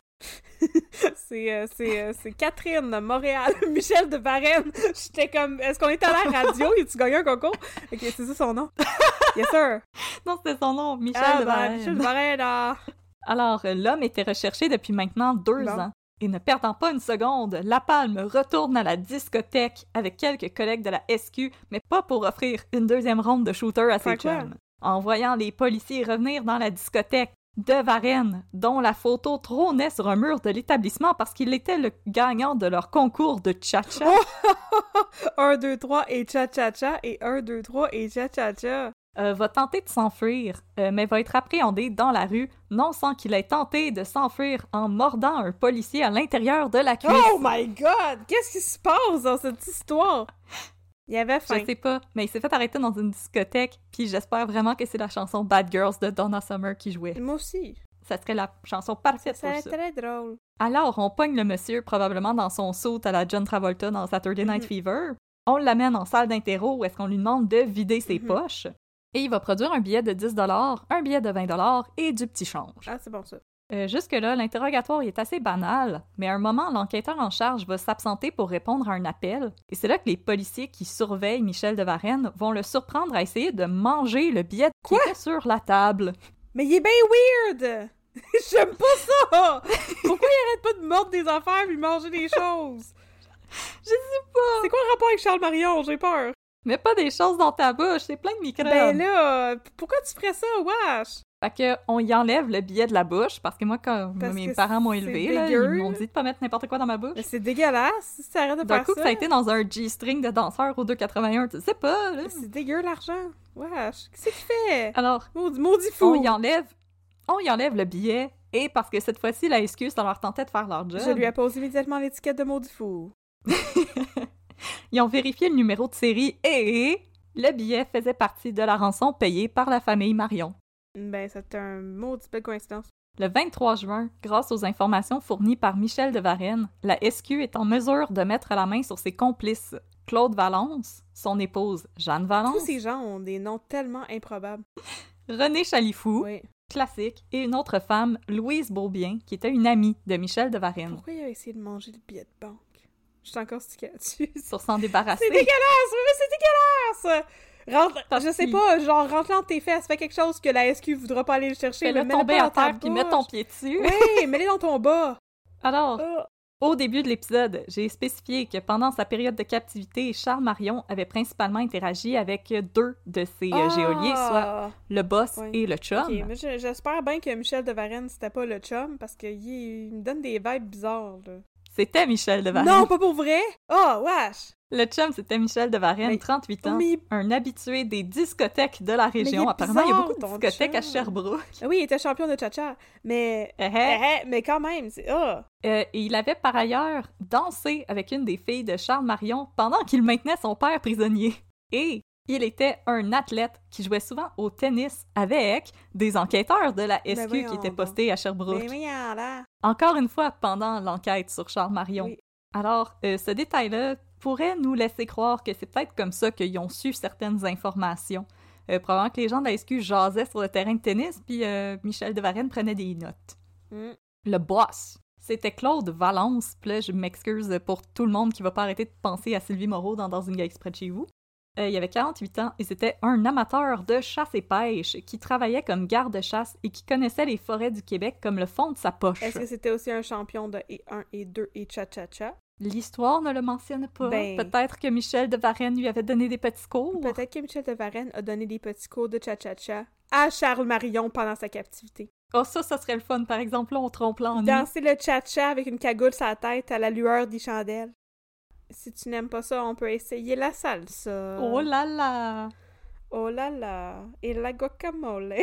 c'est, euh, c'est, euh, c'est Catherine de Montréal, Michel de Varenne. J'étais comme, est-ce qu'on est à la radio? Et tu gagnes un concours? Ok, c'est ça son nom. Yes, sir. Non, c'était son nom, Michel Ah, de ben, Varenne. Michel de Varenne, ah. Alors, euh, l'homme était recherché depuis maintenant deux Bon. ans. Et ne perdant pas une seconde, Lapalme retourne à la discothèque avec quelques collègues de la S Q, mais pas pour offrir une deuxième ronde de shooter à ses Faire quoi? chums. En voyant les policiers revenir dans la discothèque, de Varenne, dont la photo trônait sur un mur de l'établissement parce qu'il était le gagnant de leur concours de cha-cha. un, deux, trois et cha-cha-cha et un, deux, trois et cha-cha-cha. Euh, va tenter de s'enfuir, euh, mais va être appréhendé dans la rue, non sans qu'il ait tenté de s'enfuir en mordant un policier à l'intérieur de la cuisse. Oh my God! Qu'est-ce qui se passe dans cette histoire? Il y avait faim. Je sais pas, mais il s'est fait arrêter dans une discothèque, puis j'espère vraiment que c'est la chanson Bad Girls de Donna Summer qui jouait. Moi aussi. Ça serait la chanson parfaite Ça pour serait ça. très drôle. Alors, on pogne le monsieur probablement dans son saut à la John Travolta dans Saturday Night Mhm. Fever. On l'amène en salle d'interro où est-ce qu'on lui demande de vider ses Mhm. poches. Et il va produire un billet de dix dollars, un billet de vingt dollars et du petit change. Ah, c'est bon ça. Euh, Jusque-là, l'interrogatoire est assez banal, mais à un moment, l'enquêteur en charge va s'absenter pour répondre à un appel, et c'est là que les policiers qui surveillent Michel de Varenne vont le surprendre à essayer de manger le billet qui était sur la table. Mais il est bien weird! J'aime pas ça! Pourquoi il arrête pas de mordre des affaires puis manger des choses? Je sais pas! C'est quoi le rapport avec Charles Marion? J'ai peur. Mets pas des choses dans ta bouche, c'est plein de microbes! Ben là, p- pourquoi tu ferais ça, wesh? Fait que, on y enlève le billet de la bouche, parce que moi, quand Parce mes que parents m'ont c'est élevé, là, dégueu. ils m'ont dit de pas mettre n'importe quoi dans ma bouche. Mais c'est dégueulasse, si tu arrêtes de D'un faire coup, ça. que ça a été dans un G-string de danseur au deux quatre-vingt-un, tu sais pas, là. C'est dégueu l'argent. Wesh, qu'est-ce qu'il fait? Alors, Maudit, maudit on fou! y enlève, on y enlève le billet, et parce que cette fois-ci, la S Q, ça leur tentait de faire leur job. Je lui ai posé immédiatement l'étiquette de maudit fou. Ils ont vérifié le numéro de série et le billet faisait partie de la rançon payée par la famille Marion. Ben, c'est un maudit belle coïncidence. Le vingt-trois juin, grâce aux informations fournies par Michel de Varenne, la S Q est en mesure de mettre la main sur ses complices. Claude Valence, son épouse Jeanne Valence. Tous ces gens ont des noms tellement improbables. René Chalifou, Oui. classique, et une autre femme, Louise Beaubien, qui était une amie de Michel de Varenne. Pourquoi il a essayé de manger le billet de banque? Je suis encore stickée là-dessus. Pour s'en débarrasser. C'est dégueulasse! Oui, mais c'est dégueulasse! Rentre, Parce je sais qu'il- pas, genre, rentre dans tes fesses, fais quelque chose que la S Q voudra pas aller le chercher. Fais-le mais mets-le tomber pas à dans ta terre puis mets ton bouche. pied dessus. Oui, mets-le dans ton bas. Alors, Ah. au début de l'épisode, j'ai spécifié que pendant sa période de captivité, Charles Marion avait principalement interagi avec deux de ses euh, geôliers, soit Ah. le boss Ouais. et le chum. Ok, mais je- j'espère bien que Michel de Varenne, c'était pas le chum, parce qu'il il me donne des vibes bizarres, là. C'était Michel de Varenne. Non, pas pour vrai? Oh, wesh! Le chum, c'était Michel de Varenne, Mais- trente-huit ans, mais- un habitué des discothèques de la région. il est Apparemment, il y a bizarre, beaucoup de ton discothèques à chum. Sherbrooke. Ah oui, il était champion de cha-cha, mais... Eh, eh. Eh, eh, mais quand même, c'est... Ah! Euh, et il avait par ailleurs dansé avec une des filles de Charles Marion pendant qu'il maintenait son père prisonnier. Et il était un athlète qui jouait souvent au tennis avec des enquêteurs de la S Q Ben voyons qui étaient donc. postés à Sherbrooke. Mais voyons, là! Encore une fois, pendant l'enquête sur Charles Marion. Oui. Alors, euh, ce détail-là pourrait nous laisser croire que c'est peut-être comme ça qu'ils ont su certaines informations. Euh, probablement que les gens de la S Q jasaient sur le terrain de tennis, puis euh, Michel de Varenne prenait des notes. Mm. Le boss, c'était Claude Valence. Puis là, je m'excuse pour tout le monde qui va pas arrêter de penser à Sylvie Moreau dans Dans une gueule près de chez vous. Euh, il avait quarante-huit ans et c'était un amateur de chasse et pêche qui travaillait comme garde-chasse et qui connaissait les forêts du Québec comme le fond de sa poche. Est-ce que c'était aussi un champion de et un et deux et cha-cha-cha? L'histoire ne le mentionne pas. Ben- Peut-être que Michel de Varenne lui avait donné des petits cours. Peut-être que Michel de Varenne a donné des petits cours de cha-cha-cha à Charles Marion pendant sa captivité. Oh, ça, ça serait le fun, par exemple, là, on trompe l'ennui. Danser le cha-cha avec une cagoule sur la tête à la lueur des chandelles. Si tu n'aimes pas ça, on peut essayer la salsa. Oh là là! Oh là là! Et la guacamole!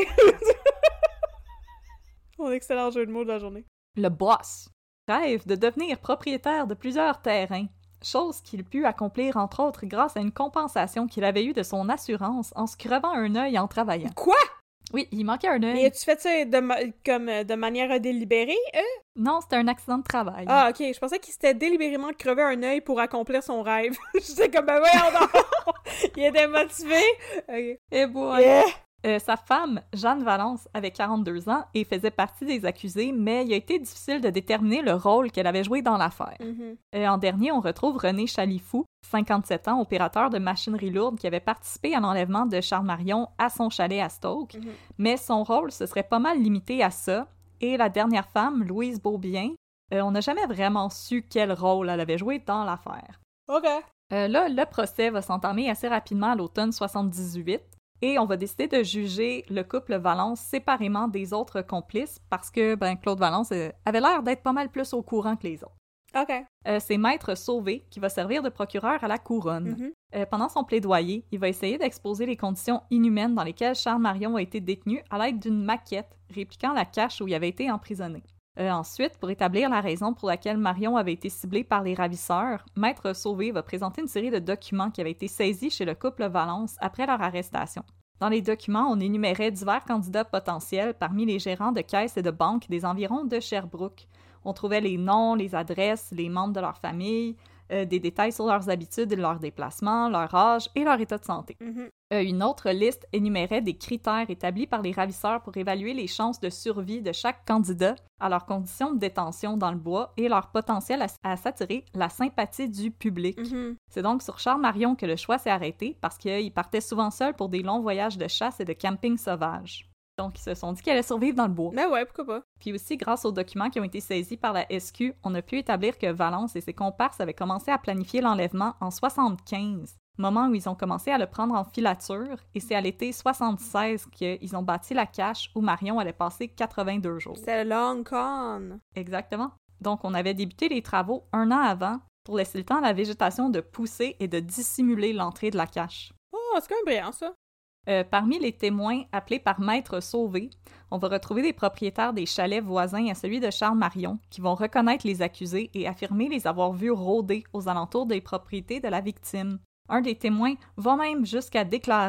Mon excellent jeu de mots de la journée. Le boss rêve de devenir propriétaire de plusieurs terrains, chose qu'il put accomplir entre autres grâce à une compensation qu'il avait eue de son assurance en se crevant un œil en travaillant. Quoi? Oui, il manquait un Mais œil. as-tu fait ça de, ma- comme, euh, de manière délibérée, eux? Non, c'était un accident de travail. Ah, ok. Je pensais qu'il s'était délibérément crevé un œil pour accomplir son rêve. J'étais comme, ben voyons donc! Il était motivé. Ok. Eh boy! Yeah! Euh, sa femme, Jeanne Valence, avait quarante-deux ans et faisait partie des accusés, mais il a été difficile de déterminer le rôle qu'elle avait joué dans l'affaire. Mhm. Euh, en dernier, on retrouve René Chalifou, cinquante-sept ans, opérateur de machinerie lourde qui avait participé à l'enlèvement de Charles Marion à son chalet à Stoke, Mhm. mais son rôle se serait pas mal limité à ça. Et la dernière femme, Louise Beaubien, euh, on n'a jamais vraiment su quel rôle elle avait joué dans l'affaire. Ok. Euh, là, le procès va s'entamer assez rapidement à l'automne soixante-dix-huit. Et on va décider de juger le couple Valence séparément des autres complices parce que ben, Claude Valence euh, avait l'air d'être pas mal plus au courant que les autres. Ok. Euh, c'est Maître Sauvé qui va servir de procureur à la couronne. Mhm. Euh, pendant son plaidoyer, il va essayer d'exposer les conditions inhumaines dans lesquelles Charles Marion a été détenu à l'aide d'une maquette répliquant la cache où il avait été emprisonné. Euh, ensuite, pour établir la raison pour laquelle Marion avait été ciblé par les ravisseurs, Maître Sauvé va présenter une série de documents qui avaient été saisis chez le couple Valence après leur arrestation. Dans les documents, on énumérait divers candidats potentiels parmi les gérants de caisses et de banques des environs de Sherbrooke. On trouvait les noms, les adresses, les membres de leur famille, euh, des détails sur leurs habitudes et leurs déplacements, leur âge et leur état de santé. Mhm. Euh, une autre liste énumérait des critères établis par les ravisseurs pour évaluer les chances de survie de chaque candidat à leurs conditions de détention dans le bois et leur potentiel à, à s'attirer la sympathie du public. Mhm. C'est donc sur Charles Marion que le choix s'est arrêté parce qu'il partait souvent seul pour des longs voyages de chasse et de camping sauvage. Donc, ils se sont dit qu'il allait survivre dans le bois. Ben ouais, pourquoi pas? Puis aussi, grâce aux documents qui ont été saisis par la S Q, on a pu établir que Valence et ses comparses avaient commencé à planifier l'enlèvement en soixante-quinze, moment où ils ont commencé à le prendre en filature, et c'est à l'été soixante-seize qu'ils ont bâti la cache où Marion allait passer quatre-vingt-deux jours. C'est le long con. Exactement. Donc, on avait débuté les travaux un an avant pour laisser le temps à la végétation de pousser et de dissimuler l'entrée de la cache. Oh, c'est quand même brillant, ça. Euh, parmi les témoins appelés par Maître Sauvé, on va retrouver des propriétaires des chalets voisins à celui de Charles Marion qui vont reconnaître les accusés et affirmer les avoir vus rôder aux alentours des propriétés de la victime. Un des témoins va même jusqu'à déclarer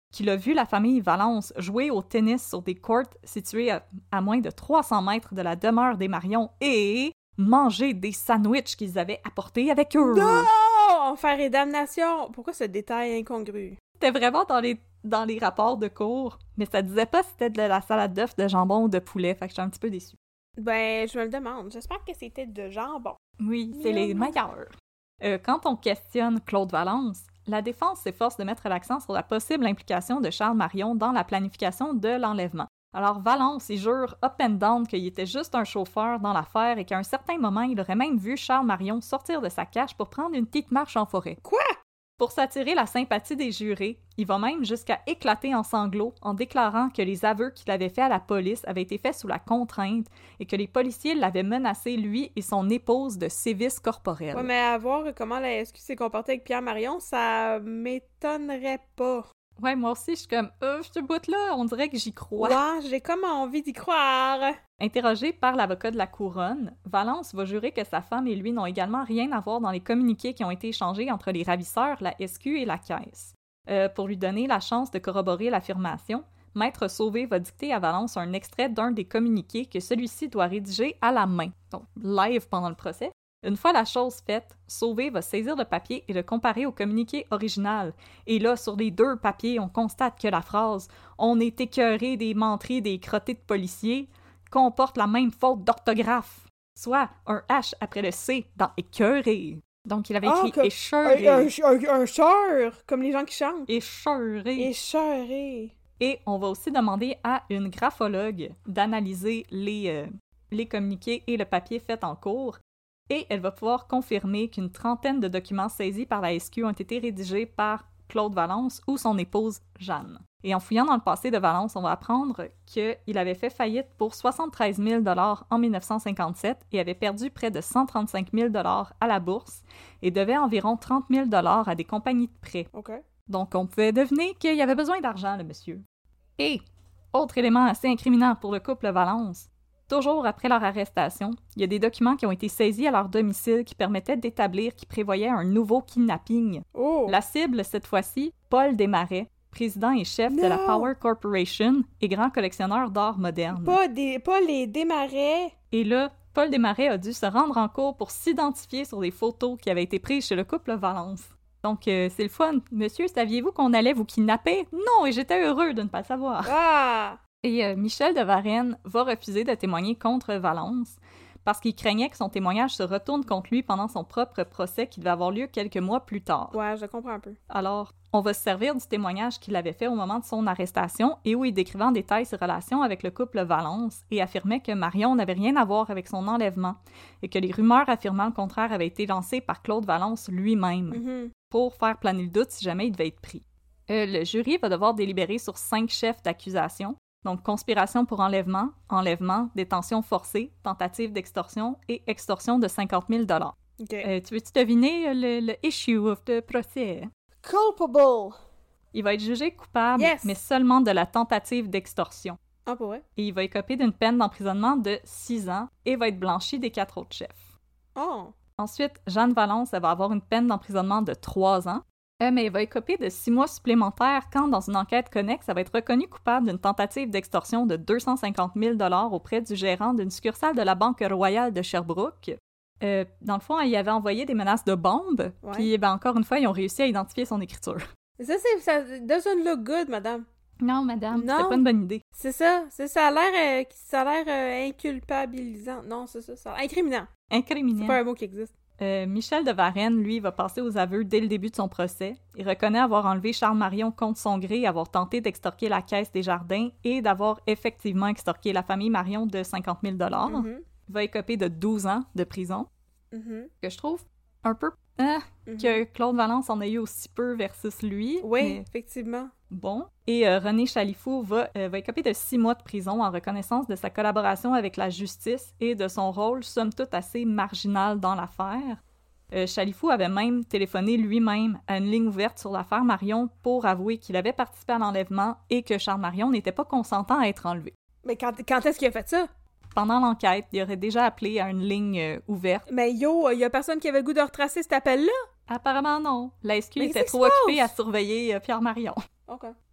qu'il a vu la famille Valence jouer au tennis sur des courts situés à, à moins de trois cents mètres de la demeure des Marion et manger des sandwichs qu'ils avaient apportés avec eux. Non! Enfer et damnation! Pourquoi ce détail incongru? C'était vraiment dans les, dans les rapports de cours, mais ça disait pas si c'était de la salade d'œufs, de jambon ou de poulet, fait que j'étais un petit peu déçue. Ben, je me le demande. J'espère que c'était de jambon. Oui, c'est les meilleurs. Euh, quand on questionne Claude Valence, la défense s'efforce de mettre l'accent sur la possible implication de Charles Marion dans la planification de l'enlèvement. Alors Valence, il jure up and down qu'il était juste un chauffeur dans l'affaire et qu'à un certain moment, il aurait même vu Charles Marion sortir de sa cache pour prendre une petite marche en forêt. Quoi? Pour s'attirer la sympathie des jurés, il va même jusqu'à éclater en sanglots en déclarant que les aveux qu'il avait faits à la police avaient été faits sous la contrainte et que les policiers l'avaient menacé, lui et son épouse, de sévices corporels. Ouais, mais à voir comment la S Q s'est comportée avec Pierre Marion, ça m'étonnerait pas. Ouais, moi aussi, je suis comme « Euh, ce bout-là, on dirait que j'y crois. » Ouais, j'ai comme envie d'y croire. Interrogé par l'avocat de la Couronne, Valence va jurer que sa femme et lui n'ont également rien à voir dans les communiqués qui ont été échangés entre les ravisseurs, la S Q et la Caisse. Euh, pour lui donner la chance de corroborer l'affirmation, Maître Sauvé va dicter à Valence un extrait d'un des communiqués que celui-ci doit rédiger à la main, donc live pendant le procès. Une fois la chose faite, Sauvé va saisir le papier et le comparer au communiqué original. Et là, sur les deux papiers, on constate que la phrase « On est écœuré des menteries des crottés de policiers » comporte la même faute d'orthographe, soit un H après le C dans « écœuré ». Donc, il avait écrit ah, « écheuré ». Un, un, un cheur, comme les gens qui chantent. Écheuré. Écheuré. Et on va aussi demander à une graphologue d'analyser les, euh, les communiqués et le papier fait en cours. Et elle va pouvoir confirmer qu'une trentaine de documents saisis par la S Q ont été rédigés par Claude Valence ou son épouse Jeanne. Et en fouillant dans le passé de Valence, on va apprendre qu'il avait fait faillite pour soixante-treize mille dollars en mille neuf cent cinquante-sept et avait perdu près de cent trente-cinq mille dollars à la bourse et devait environ trente mille dollars à des compagnies de prêt. Okay. Donc on pouvait deviner qu'il avait besoin d'argent, le monsieur. Et, autre élément assez incriminant pour le couple Valence, toujours après leur arrestation, il y a des documents qui ont été saisis à leur domicile qui permettaient d'établir qu'ils prévoyaient un nouveau kidnapping. Oh. La cible, cette fois-ci, Paul Desmarais, président et chef non. de la Power Corporation et grand collectionneur d'art moderne. Pas, des, pas les Desmarais. Et là, Paul Desmarais a dû se rendre en cours pour s'identifier sur des photos qui avaient été prises chez le couple Valence. Donc, euh, c'est le fun. Monsieur, saviez-vous qu'on allait vous kidnapper? Non, et j'étais heureux de ne pas le savoir. Ah! Et euh, Michel de Varenne va refuser de témoigner contre Valence parce qu'il craignait que son témoignage se retourne contre lui pendant son propre procès qui devait avoir lieu quelques mois plus tard. Ouais, je comprends un peu. Alors, on va se servir du témoignage qu'il avait fait au moment de son arrestation et où il décrivait en détail ses relations avec le couple Valence et affirmait que Marion n'avait rien à voir avec son enlèvement et que les rumeurs affirmant le contraire avaient été lancées par Claude Valence lui-même Mm-hmm. pour faire planer le doute si jamais il devait être pris. Euh, le jury va devoir délibérer sur cinq chefs d'accusation. Donc, conspiration pour enlèvement, enlèvement, détention forcée, tentative d'extorsion et extorsion de cinquante mille dollars. Okay. Euh, tu veux-tu deviner le, le issue of the procès? Culpable! Il va être jugé coupable, Yes! mais seulement de la tentative d'extorsion. Ah, pour vrai? Et il va écoper d'une peine d'emprisonnement de six ans et va être blanchi des quatre autres chefs. Oh! Ensuite, Jeanne Valence, elle va avoir une peine d'emprisonnement de trois ans. Euh, mais il va écoper de six mois supplémentaires quand, dans une enquête connexe, elle va être reconnue coupable d'une tentative d'extorsion de deux cent cinquante mille dollars auprès du gérant d'une succursale de la Banque Royale de Sherbrooke. Euh, dans le fond, il avait envoyé des menaces de bombes, Ouais. puis ben, encore une fois, ils ont réussi à identifier son écriture. Ça, c'est... ça doesn't look good, madame. Non, madame, Non. c'était pas une bonne idée. C'est ça. C'est, ça a l'air, euh, ça a l'air euh, inculpabilisant. Non, c'est ça. ça a... Incriminant. Incriminant. C'est pas un mot qui existe. Euh, Michel de Varenne, lui, va passer aux aveux dès le début de son procès. Il reconnaît avoir enlevé Charles Marion contre son gré, avoir tenté d'extorquer la Caisse des Jardins et d'avoir effectivement extorqué la famille Marion de cinquante mille dollars. Mm-hmm. Il va écoper de douze ans de prison, Mm-hmm. que je trouve un peu hein, Mm-hmm. que Claude Valence en a eu aussi peu versus lui. Oui, mais effectivement. bon. Et euh, René Chalifou va, euh, va écoper de six mois de prison en reconnaissance de sa collaboration avec la justice et de son rôle, somme toute, assez marginal dans l'affaire. Euh, Chalifou avait même téléphoné lui-même à une ligne ouverte sur l'affaire Marion pour avouer qu'il avait participé à l'enlèvement et que Charles Marion n'était pas consentant à être enlevé. Mais quand, quand est-ce qu'il a fait ça? Pendant l'enquête, il aurait déjà appelé à une ligne euh, ouverte. Mais yo, il y a personne qui avait le goût de retracer cet appel-là? Apparemment non. La S Q Mais était qu'est-ce trop qui se occupée à passe? surveiller euh, Pierre Marion. OK.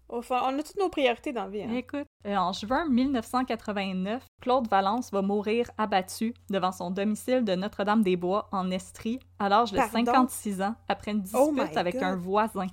Enfin, on a toutes nos priorités dans la vie. Hein? Écoute, euh, en juin mille neuf cent quatre-vingt-neuf, Claude Valence va mourir abattu devant son domicile de Notre-Dame-des-Bois en Estrie à l'âge de Pardon? cinquante-six ans après une dispute Oh my avec God. un voisin.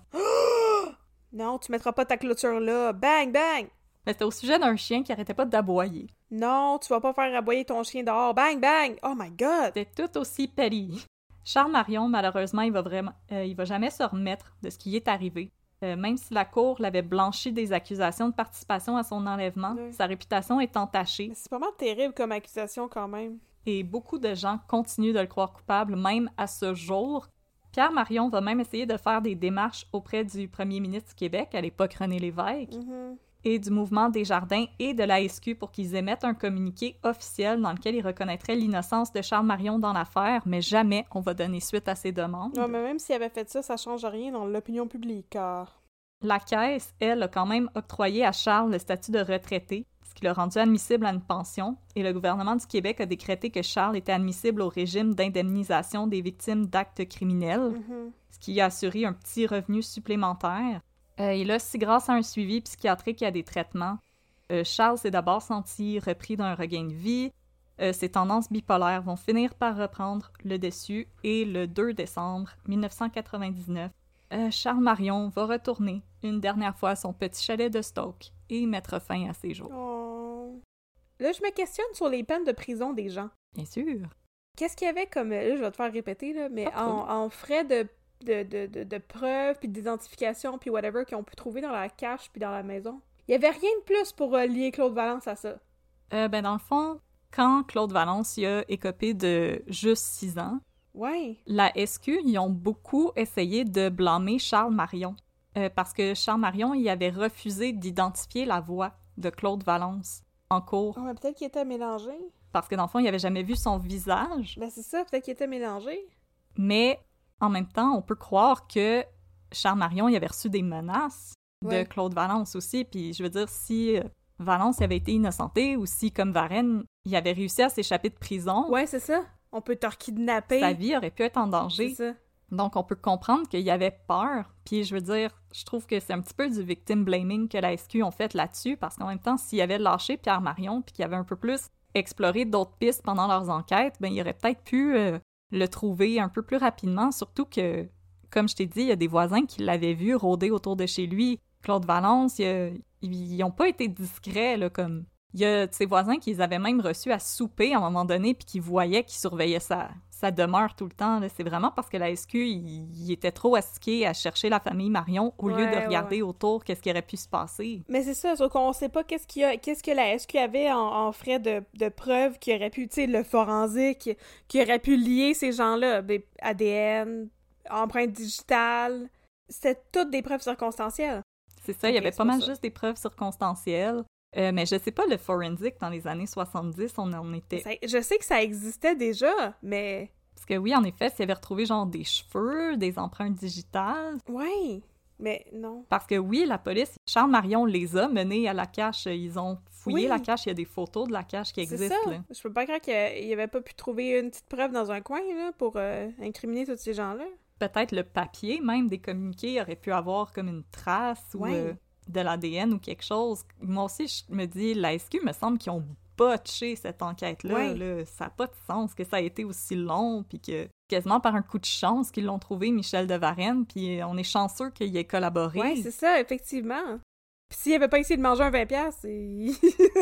Non, tu mettras pas ta clôture là. Bang, bang! Mais c'était au sujet d'un chien qui arrêtait pas d'aboyer. Non, tu vas pas faire aboyer ton chien dehors. Bang, bang! Oh my God! C'était tout aussi petty. Charles Marion, malheureusement, il va vraiment, euh, il va jamais se remettre de ce qui est arrivé. Euh, même si la cour l'avait blanchi des accusations de participation à son enlèvement, Oui. sa réputation est entachée Mais c'est pas mal terrible comme accusation quand même. et beaucoup de gens continuent de le croire coupable, même à ce jour. Pierre Marion va même essayer de faire des démarches auprès du premier ministre du Québec, à l'époque René Lévesque, Mhm. et du mouvement Desjardins et de l'A S Q pour qu'ils émettent un communiqué officiel dans lequel ils reconnaîtraient l'innocence de Charles Marion dans l'affaire, mais jamais on va donner suite à ces demandes. Ouais, mais même s'il avait fait ça, ça change rien dans l'opinion publique, car... La Caisse, elle, a quand même octroyé à Charles le statut de retraité, ce qui l'a rendu admissible à une pension, et le gouvernement du Québec a décrété que Charles était admissible au régime d'indemnisation des victimes d'actes criminels, Mhm. ce qui a assuré un petit revenu supplémentaire. Euh, et là, si grâce à un suivi psychiatrique et à des traitements, euh, Charles s'est d'abord senti repris d'un regain de vie, euh, ses tendances bipolaires vont finir par reprendre le dessus, et le deux décembre mille neuf cent quatre-vingt-dix-neuf, euh, Charles Marion va retourner une dernière fois à son petit chalet de Stoke et mettre fin à ses jours. Oh. Là, je me questionne sur les peines de prison des gens. Bien sûr. Qu'est-ce qu'il y avait comme... Là, je vais te faire répéter, là, mais Pas trop. en, en frais de, de, de, de, de preuves, puis d'identification, puis whatever, qu'ils ont pu trouver dans la cache puis dans la maison. Il y avait rien de plus pour euh, lier Claude Valence à ça. Euh, ben, dans le fond, quand Claude Valence y a écopé de juste six ans, Ouais. la S Q, ils ont beaucoup essayé de blâmer Charles Marion. Euh, parce que Charles Marion, il avait refusé d'identifier la voix de Claude Valence en cours. Oh, mais peut-être qu'il était mélangé. Parce que dans le fond, il avait jamais vu son visage. Ben c'est ça, peut-être qu'il était mélangé. Mais en même temps, on peut croire que Charles Marion, il avait reçu des menaces Ouais. de Claude Valence aussi. Puis je veux dire, si euh, Valence il avait été innocenté ou si, comme Varenne, il avait réussi à s'échapper de prison, Ouais, c'est ça. On peut te kidnapper. sa vie aurait pu être en C'est danger. ça. Donc, on peut comprendre qu'il y avait peur. Puis, je veux dire, je trouve que c'est un petit peu du victim blaming que la S Q ont fait là-dessus, parce qu'en même temps, s'il avait lâché Pierre Marion, puis qu'il avait un peu plus exploré d'autres pistes pendant leurs enquêtes, ben, il aurait peut-être pu euh, le trouver un peu plus rapidement, surtout que, comme je t'ai dit, il y a des voisins qui l'avaient vu rôder autour de chez lui. Claude Valence, il y a- ils n'ont pas été discrets, là, comme... Il y a de ses voisins qui les avaient même reçus à souper à un moment donné, puis qui voyaient qu'ils surveillaient sa, sa demeure tout le temps. Là. C'est vraiment parce que la S Q, il, il était trop astiqué à chercher la famille Marion au lieu Ouais, de regarder ouais. autour qu'est-ce qui aurait pu se passer. Mais c'est ça, sauf qu'on sait pas qu'est-ce qu'il y a, qu'est-ce que la S Q avait en, en frais de, de preuves qui aurait pu, tu sais, le forensique, qui aurait pu lier ces gens-là. Ben, A D N, empreinte digitale. C'était toutes des preuves circonstancielles. C'est ça, il y Ok, avait c'est pas pour mal ça. juste des preuves circonstancielles. Euh, mais je sais pas, le forensic, dans les années soixante-dix, on en était... Ça- je sais que ça existait déjà, mais... Parce que oui, en effet, s'il avait retrouvé genre des cheveux, des empreintes digitales... Ouais, mais non. Parce que oui, la police, Charles Marion les a menés à la cache. Ils ont fouillé Oui. la cache, il y a des photos de la cache qui C'est existent. ça. Là. Je peux pas croire qu'il avait pas pu trouver une petite preuve dans un coin, là, pour euh, incriminer tous ces gens-là. Peut-être le papier même des communiqués aurait pu avoir comme une trace ou Ouais. euh, de l'A D N ou quelque chose. Moi aussi, je me dis, la S Q me semble qu'ils ont botché cette enquête-là. Ouais. là. Ça n'a pas de sens que ça a été aussi long, puis que quasiment par un coup de chance qu'ils l'ont trouvé, Michel de Varenne, puis on est chanceux qu'il ait collaboré. Ouais, c'est ça, effectivement. Pis s'il avait pas essayé de manger un vingt piastres, il...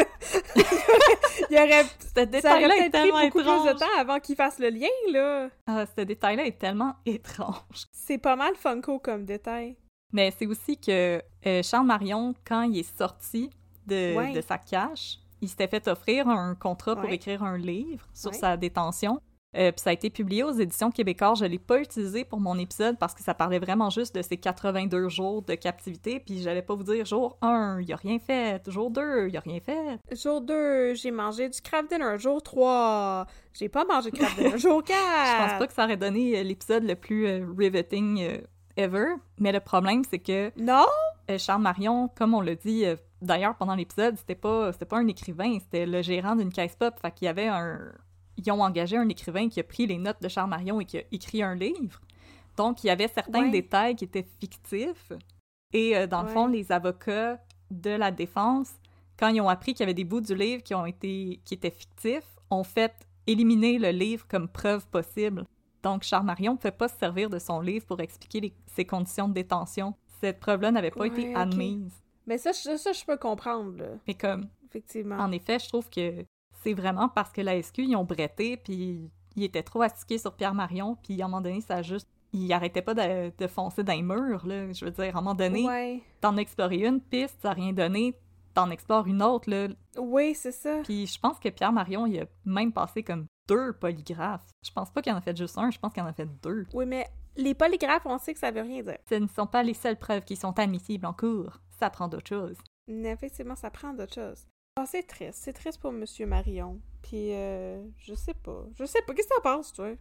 il aurait... Ce Ça aurait détail-là est peut-être pris tellement beaucoup étrange. plus de temps avant qu'il fasse le lien, là. Ah, ce détail-là est tellement étrange. C'est pas mal funko comme détail. Mais c'est aussi que euh, Charles Marion, quand il est sorti de, Ouais. de sa cache, il s'était fait offrir un contrat pour Ouais. écrire un livre sur Ouais. sa détention. Euh, puis ça a été publié aux éditions Québécois. Je l'ai pas utilisé pour mon épisode parce que ça parlait vraiment juste de ses quatre-vingt-deux jours de captivité. Puis j'allais pas vous dire jour un, il a rien fait. Jour deux, il a rien fait. Jour deux, j'ai mangé du Kraft Dinner. Jour trois, j'ai pas mangé de Kraft Dinner. Jour quatre... Je pense pas que ça aurait donné euh, l'épisode le plus euh, riveting euh, ever. Mais le problème, c'est que Non? Euh, Charles Marion, comme on l'a dit euh, d'ailleurs pendant l'épisode, c'était pas c'était pas un écrivain, c'était le gérant d'une caisse pop. Fait qu'il y avait un... Ils ont engagé un écrivain qui a pris les notes de Charles Marion et qui a écrit un livre. Donc, il y avait certains Ouais. détails qui étaient fictifs. Et euh, dans Ouais. le fond, les avocats de la défense, quand ils ont appris qu'il y avait des bouts du livre qui ont été qui étaient fictifs, ont fait éliminer le livre comme preuve possible. Donc, Charles Marion ne pouvait pas se servir de son livre pour expliquer les- ses conditions de détention. Cette preuve-là n'avait pas Ouais, été ok. admise. Mais ça, je- ça, je peux comprendre, là. Mais comme, Effectivement. en effet, je trouve que c'est vraiment parce que la S Q, ils ont bretté, puis ils étaient trop astiqués sur Pierre Marion, puis à un moment donné, ça a juste... Ils arrêtaient pas de, de foncer dans les murs, là. Je veux dire, à un moment donné, Ouais. t'en as exploré une piste, ça n'a rien donné, t'en explores une autre, là. Oui, c'est ça. Puis je pense que Pierre Marion, il a même passé comme deux polygraphes. Je pense pas qu'il en a fait juste un, je pense qu'il en a fait deux. Oui, mais les polygraphes, on sait que ça veut rien dire. Ce ne sont pas les seules preuves qui sont admissibles en cours. Ça prend d'autres choses. Mais effectivement, ça prend d'autres choses. Ah, c'est triste. C'est triste pour Monsieur Marion. Puis, euh, je sais pas. Je sais pas. Qu'est-ce que t'en penses, toi?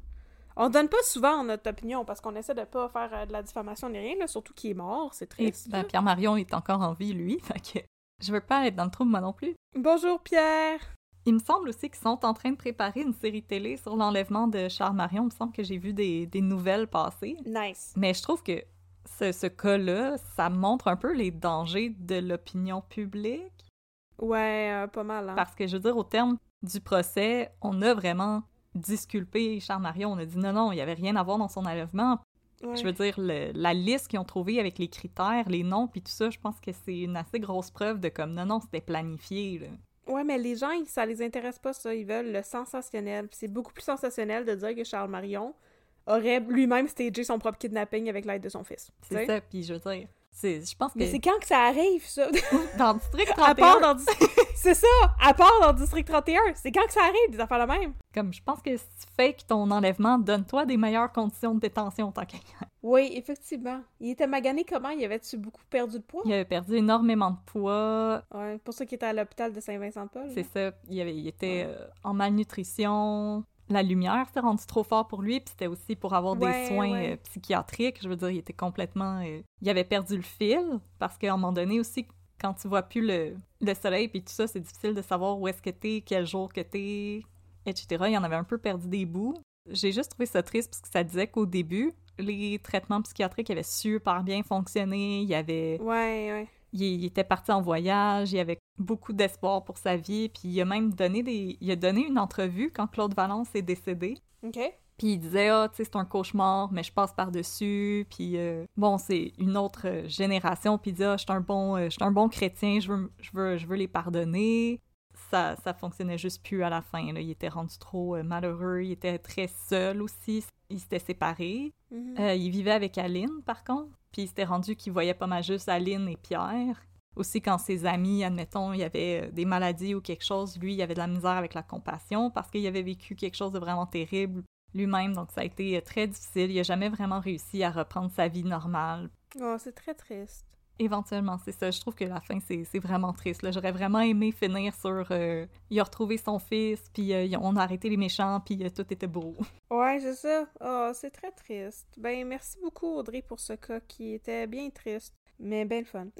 On donne pas souvent notre opinion parce qu'on essaie de pas faire euh, de la diffamation ni rien, là, surtout qu'il est mort. C'est Et triste. ben, là. Pierre Marion est encore en vie, lui, fait que je veux pas être dans le trouble, moi non plus. Bonjour, Pierre! Il me semble aussi qu'ils sont en train de préparer une série télé sur l'enlèvement de Charles Marion. Il me semble que j'ai vu des, des nouvelles passer. Nice. Mais je trouve que ce, ce cas-là, ça montre un peu les dangers de l'opinion publique. Ouais, euh, pas mal, hein? Parce que, je veux dire, au terme du procès, on a vraiment disculpé Charles Marion. On a dit non, non, il n'y avait rien à voir dans son enlèvement. Ouais. Je veux dire, le- la liste qu'ils ont trouvée avec les critères, les noms, puis tout ça, je pense que c'est une assez grosse preuve de comme non, non, c'était planifié, là. Ouais, mais les gens, ils- ça les intéresse pas, ça. Ils veulent le sensationnel. Puis c'est beaucoup plus sensationnel de dire que Charles Marion aurait lui-même stagé son propre kidnapping avec l'aide de son fils. tu C'est sais? ça, puis je veux dire, c'est, je pense que Mais c'est quand que ça arrive, ça? dans District À trente et part un, dans... C'est ça! À part dans District trente et un! C'est quand que ça arrive, des affaires la même? comme je pense que si tu fakes ton enlèvement, donne-toi des meilleures conditions de détention tant qu'à y être. Oui, effectivement. Il était magané comment? Il avait-tu beaucoup perdu de poids? Il avait perdu énormément de poids, Ouais, pour ça qu'il était à l'hôpital de Saint-Vincent-de-Paul. c'est là. ça, il, avait, il était euh, en malnutrition, la lumière s'est rendue trop fort pour lui, puis c'était aussi pour avoir Ouais, des soins ouais. euh, psychiatriques, je veux dire, il était complètement... euh, il avait perdu le fil, parce qu'à un moment donné aussi, quand tu vois plus le, le soleil puis tout ça, c'est difficile de savoir où est-ce que t'es, quel jour que t'es, et cetera. Il en avait un peu perdu des bouts. J'ai juste trouvé ça triste parce que ça disait qu'au début, les traitements psychiatriques avaient super bien fonctionné, il y avait... Ouais, ouais. Il, il était parti en voyage, il avait beaucoup d'espoir pour sa vie, puis il a même donné des... Il a donné une entrevue quand Claude Valence est décédé. OK. Puis il disait, ah, tu sais, c'est un cauchemar, mais je passe par-dessus. Puis euh, bon, c'est une autre euh, génération. Puis il dit, ah, je suis un bon, euh, je suis un bon chrétien, je veux, je veux, je veux les pardonner. Ça, ça fonctionnait juste plus à la fin, là. Il était rendu trop euh, malheureux, il était très seul aussi. Il s'était séparé. Mhm. Euh, il vivait avec Aline, par contre. Puis il s'était rendu qu'il voyait pas mal juste Aline et Pierre. Aussi, quand ses amis, admettons, il y avait euh, des maladies ou quelque chose, lui, il avait de la misère avec la compassion parce qu'il avait vécu quelque chose de vraiment terrible lui-même, donc ça a été très difficile. Il a jamais vraiment réussi à reprendre sa vie normale. Oh, c'est très triste. Éventuellement, c'est ça. Je trouve que la fin, c'est, c'est vraiment triste. Là. J'aurais vraiment aimé finir sur... Euh, il a retrouvé son fils, puis euh, on a arrêté les méchants, puis euh, tout était beau. Ouais, c'est ça. Oh, c'est très triste. Ben, merci beaucoup, Audrey, pour ce cas qui était bien triste, mais bien le fun.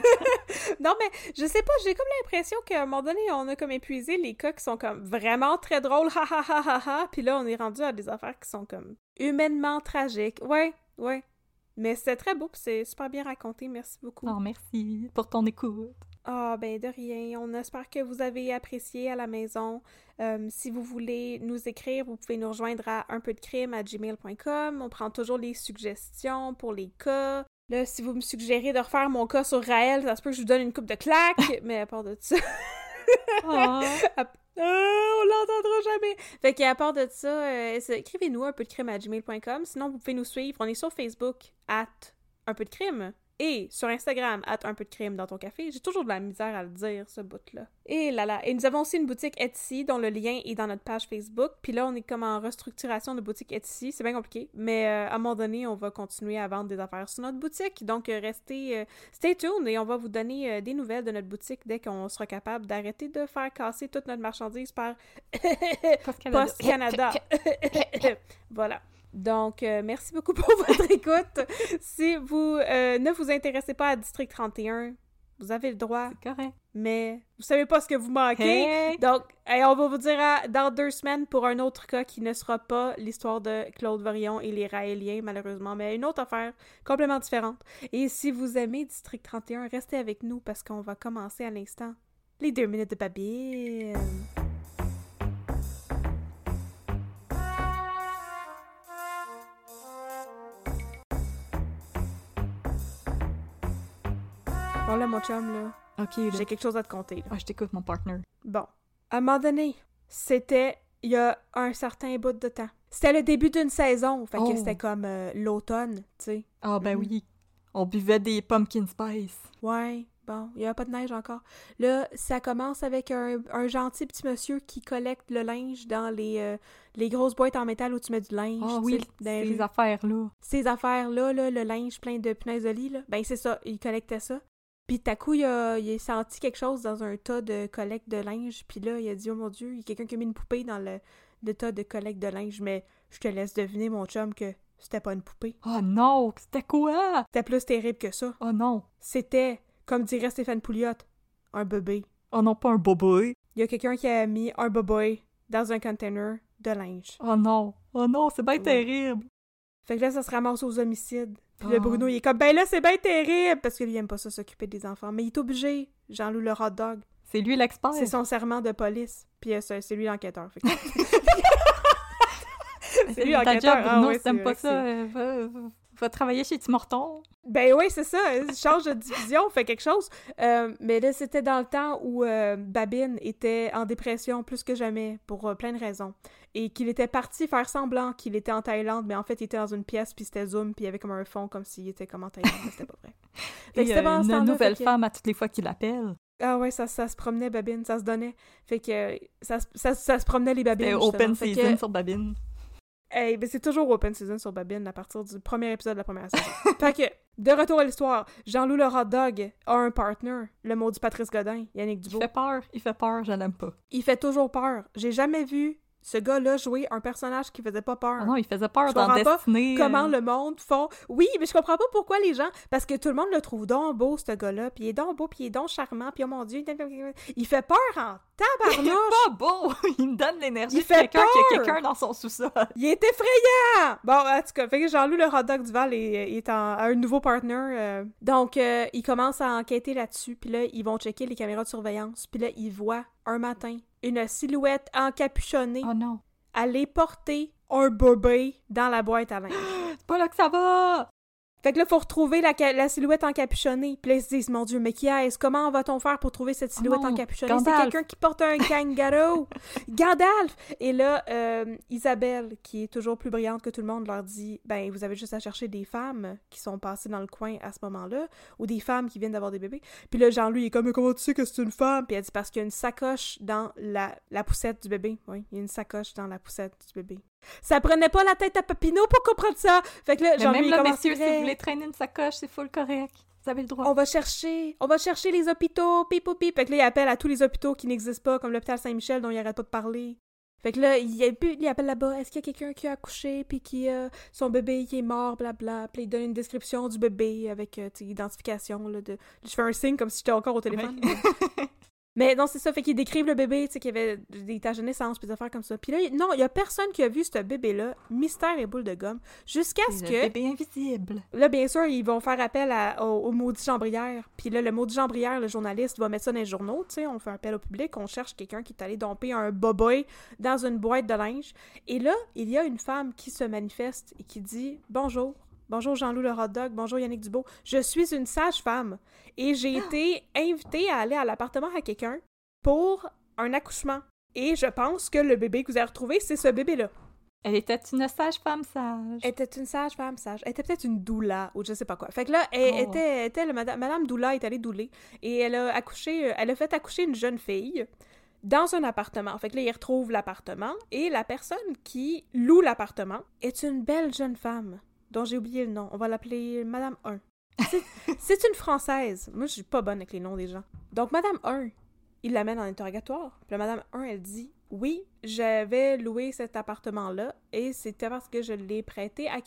Non, mais je sais pas, j'ai comme l'impression qu'à un moment donné, on a comme épuisé les cas qui sont comme vraiment très drôles, ha ha ha ha ha, puis là, on est rendu à des affaires qui sont comme humainement tragiques. Ouais, ouais. Mais c'était très beau, puis c'est super bien raconté, merci beaucoup. Oh, merci pour ton écoute. Ah, ben de rien. On espère que vous avez apprécié à la maison. Euh, si vous voulez nous écrire, vous pouvez nous rejoindre à un peu de crime à gmail point com. On prend toujours les suggestions pour les cas. Là, si vous me suggérez de refaire mon cas sur Raël, ça se peut que je vous donne une coupe de claques, mais à part de ça... Oh. à... Euh, on l'entendra jamais! Fait qu'à part de ça, euh, écrivez-nous un peu de crime à gmail point com. Sinon, vous pouvez nous suivre. On est sur Facebook, at un peu de crime. Et sur Instagram, at un peu de crime dans ton café. J'ai toujours de la misère à le dire, ce bout-là. Et là là. Et nous avons aussi une boutique Etsy, dont le lien est dans notre page Facebook. Puis là, on est comme en restructuration de boutique Etsy. C'est bien compliqué. Mais euh, à un moment donné, on va continuer à vendre des affaires sur notre boutique. Donc, euh, restez... Euh, stay tuned et on va vous donner euh, des nouvelles de notre boutique dès qu'on sera capable d'arrêter de faire casser toute notre marchandise par Post Canada. Voilà. Donc, euh, merci beaucoup pour votre écoute. Si vous euh, ne vous intéressez pas à District trente et un, Vous avez le droit. C'est correct. Mais vous savez pas ce que vous manquez. Hey! Donc, hey, on va vous dire à- dans deux semaines pour un autre cas qui ne sera pas l'histoire de Claude Varion et les Raéliens, malheureusement, mais une autre affaire complètement différente. Et si vous aimez District trente et un, restez avec nous parce qu'on va commencer à l'instant les deux minutes de Babine. Bon là, mon chum, là, Ok, là. j'ai quelque chose à te conter, là. Ah, je t'écoute, mon partner. Bon. À un moment donné, c'était il y a un certain bout de temps. C'était le début d'une saison, fait que Oh. c'était comme euh, l'automne, tu sais. Ah, ben Mhm. oui. On buvait des pumpkin spice. Ouais, bon, il y a pas de neige encore. Là, ça commence avec un, un gentil petit monsieur qui collecte le linge dans les, euh, les grosses boîtes en métal où tu mets du linge. Ah tu oui, sais, dans les ces rues. affaires-là. Ces affaires-là, là, le linge plein de punaises de lit, là, ben c'est ça, il collectait ça. Puis tout à coup, il a, il a senti quelque chose dans un tas de collecte de linge, puis là, il a dit « Oh mon Dieu, il y a quelqu'un qui a mis une poupée dans le, le tas de collecte de linge. » Mais je te laisse deviner, mon chum, que c'était pas une poupée. Oh non, c'était quoi? C'était plus terrible que ça. Oh non. C'était, comme dirait Stéphane Pouliot, un bébé. Oh non, pas un boboy. Il y a quelqu'un qui a mis un bébé dans un container de linge. Oh non. Oh non, c'est bien Ouais. terrible. Fait que là, ça se ramasse aux homicides. Puis Oh. le Bruno, il est comme « Ben là, c'est bien terrible! » Parce que lui, il aime pas ça s'occuper des enfants. Mais il est obligé, Jean-Loup le hot dog. C'est lui l'expert. C'est son serment de police. Puis euh, c'est c'est lui l'enquêteur. Fait que- c'est lui Ta l'enquêteur. job, Ah Bruno, ouais, si t'aimes c'est pas vrai que ça, euh, va, va- va travailler chez Tim Hortons. Ben oui, c'est ça. Change de division, fait quelque chose. Euh, mais là, c'était dans le temps où euh, Babine était en dépression plus que jamais pour euh, plein de raisons. Et qu'il était parti faire semblant qu'il était en Thaïlande, mais en fait, il était dans une pièce, puis c'était Zoom, puis il y avait comme un fond, comme s'il était comme en Thaïlande, mais c'était pas vrai. Fait Et que c'était euh, pendant ce une temps-là, nouvelle fait que- femme à toutes les fois qu'il appelle. Ah ouais, ça, ça se promenait, Babine, ça se donnait. Fait que euh, ça, se- ça, ça se promenait les Babines, C'était justement. open Fait season que- sur Babine. Hey, ben c'est toujours open season sur Babine à partir du premier épisode de la première saison. Fait que, de retour à l'histoire, Jean-Loup le hot dog a un partner, le maudit Patrice Godin, Yannick Il Dubois. fait peur, il fait peur, je l'aime pas. Il fait toujours peur. J'ai jamais vu ce gars-là jouer un personnage qui faisait pas peur. Ah non, il faisait peur Je dans comprends pas Destinée. Comment euh, le monde font... Oui, mais je comprends pas pourquoi les gens... Parce que tout le monde le trouve donc beau, ce gars-là, puis il est donc beau, puis il est donc charmant, puis oh mon Dieu, il fait peur en Il est tabarnouche! pas beau! Il me donne l'énergie Il de fait quelqu'un qui a peur! quelqu'un dans son sous-sol. Il est effrayant! Bon, en tout cas, fait que Jean-Loup, le hot dog du Val, est, est en, a un nouveau partner. euh. Donc, euh, il commence à enquêter là-dessus, puis là, ils vont checker les caméras de surveillance, puis là, ils voient, un matin, une silhouette encapuchonnée Oh non. aller porter un bébé dans la boîte à linge. C'est pas là que ça va! Fait que là, faut retrouver la, ca- la silhouette encapuchonnée. Puis là, ils se disent, mon Dieu, mais qui est-ce? Comment va-t-on faire pour trouver cette silhouette non, encapuchonnée? C'est Gandalf. quelqu'un qui porte un kangaroo! Gandalf! Et là, euh, Isabelle, qui est toujours plus brillante que tout le monde, leur dit, ben, vous avez juste à chercher des femmes qui sont passées dans le coin à ce moment-là, ou des femmes qui viennent d'avoir des bébés. Puis là, Jean-Louis, il est comme, mais comment tu sais que c'est une femme? Puis elle dit, parce qu'il y a une sacoche dans la, la poussette du bébé. Oui, il y a une sacoche dans la poussette du bébé. Ça prenait pas la tête à Papineau pour comprendre ça! Fait que là, Mais Jean-Louis, même il là, commence messieurs, si très- vous voulez traîner une sacoche, c'est full correct. Vous avez le droit. On va chercher, on va chercher les hôpitaux, pip, pip, pip. Fait que là, il appelle à tous les hôpitaux qui n'existent pas, comme l'hôpital Saint-Michel, dont il arrête pas de parler. Fait que là, il, il appelle là-bas, est-ce qu'il y a quelqu'un qui a accouché, puis qui a son bébé qui est mort, blabla. Puis là, il donne une description du bébé avec, euh, tu sais, identification, là, de... Je fais un signe comme si j'étais encore au téléphone. Ouais. Mais non, c'est ça, fait qu'ils décrivent le bébé, tu sais, qu'il y avait des taches de naissance, puis des affaires comme ça. Puis là, non, il y a personne qui a vu ce bébé-là, mystère et boule de gomme, jusqu'à ce C'est que... le bébé invisible. Là, bien sûr, ils vont faire appel à- au, au maudit Jean Brière. Puis là, le maudit Jean Brière, le journaliste, va mettre ça dans les journaux, tu sais, on fait appel au public, on cherche quelqu'un qui est allé domper un boboy dans une boîte de linge. Et là, il y a une femme qui se manifeste et qui dit « Bonjour, bonjour Jean-Loup le hot dog, bonjour Yannick Dubois, je suis une sage-femme et j'ai été invitée à aller à l'appartement à quelqu'un pour un accouchement. Et je pense que le bébé que vous avez retrouvé, c'est ce bébé-là. » Elle était une sage-femme sage. Elle était une sage-femme sage. Elle était peut-être une doula ou je sais pas quoi. Fait que là, elle Oh. était, elle était le madame, madame Doula est allée douler et elle a accouché, elle a fait accoucher une jeune fille dans un appartement. Fait que là, il retrouve l'appartement et la personne qui loue l'appartement est une belle jeune femme dont j'ai oublié le nom. On va l'appeler Madame un. C'est, c'est une Française. Moi, je suis pas bonne avec les noms des gens. Donc, Madame un, il l'amène en interrogatoire. Puis la Madame un, elle dit « Oui, j'avais loué cet appartement-là et c'était parce que je l'ai prêté à quelqu'un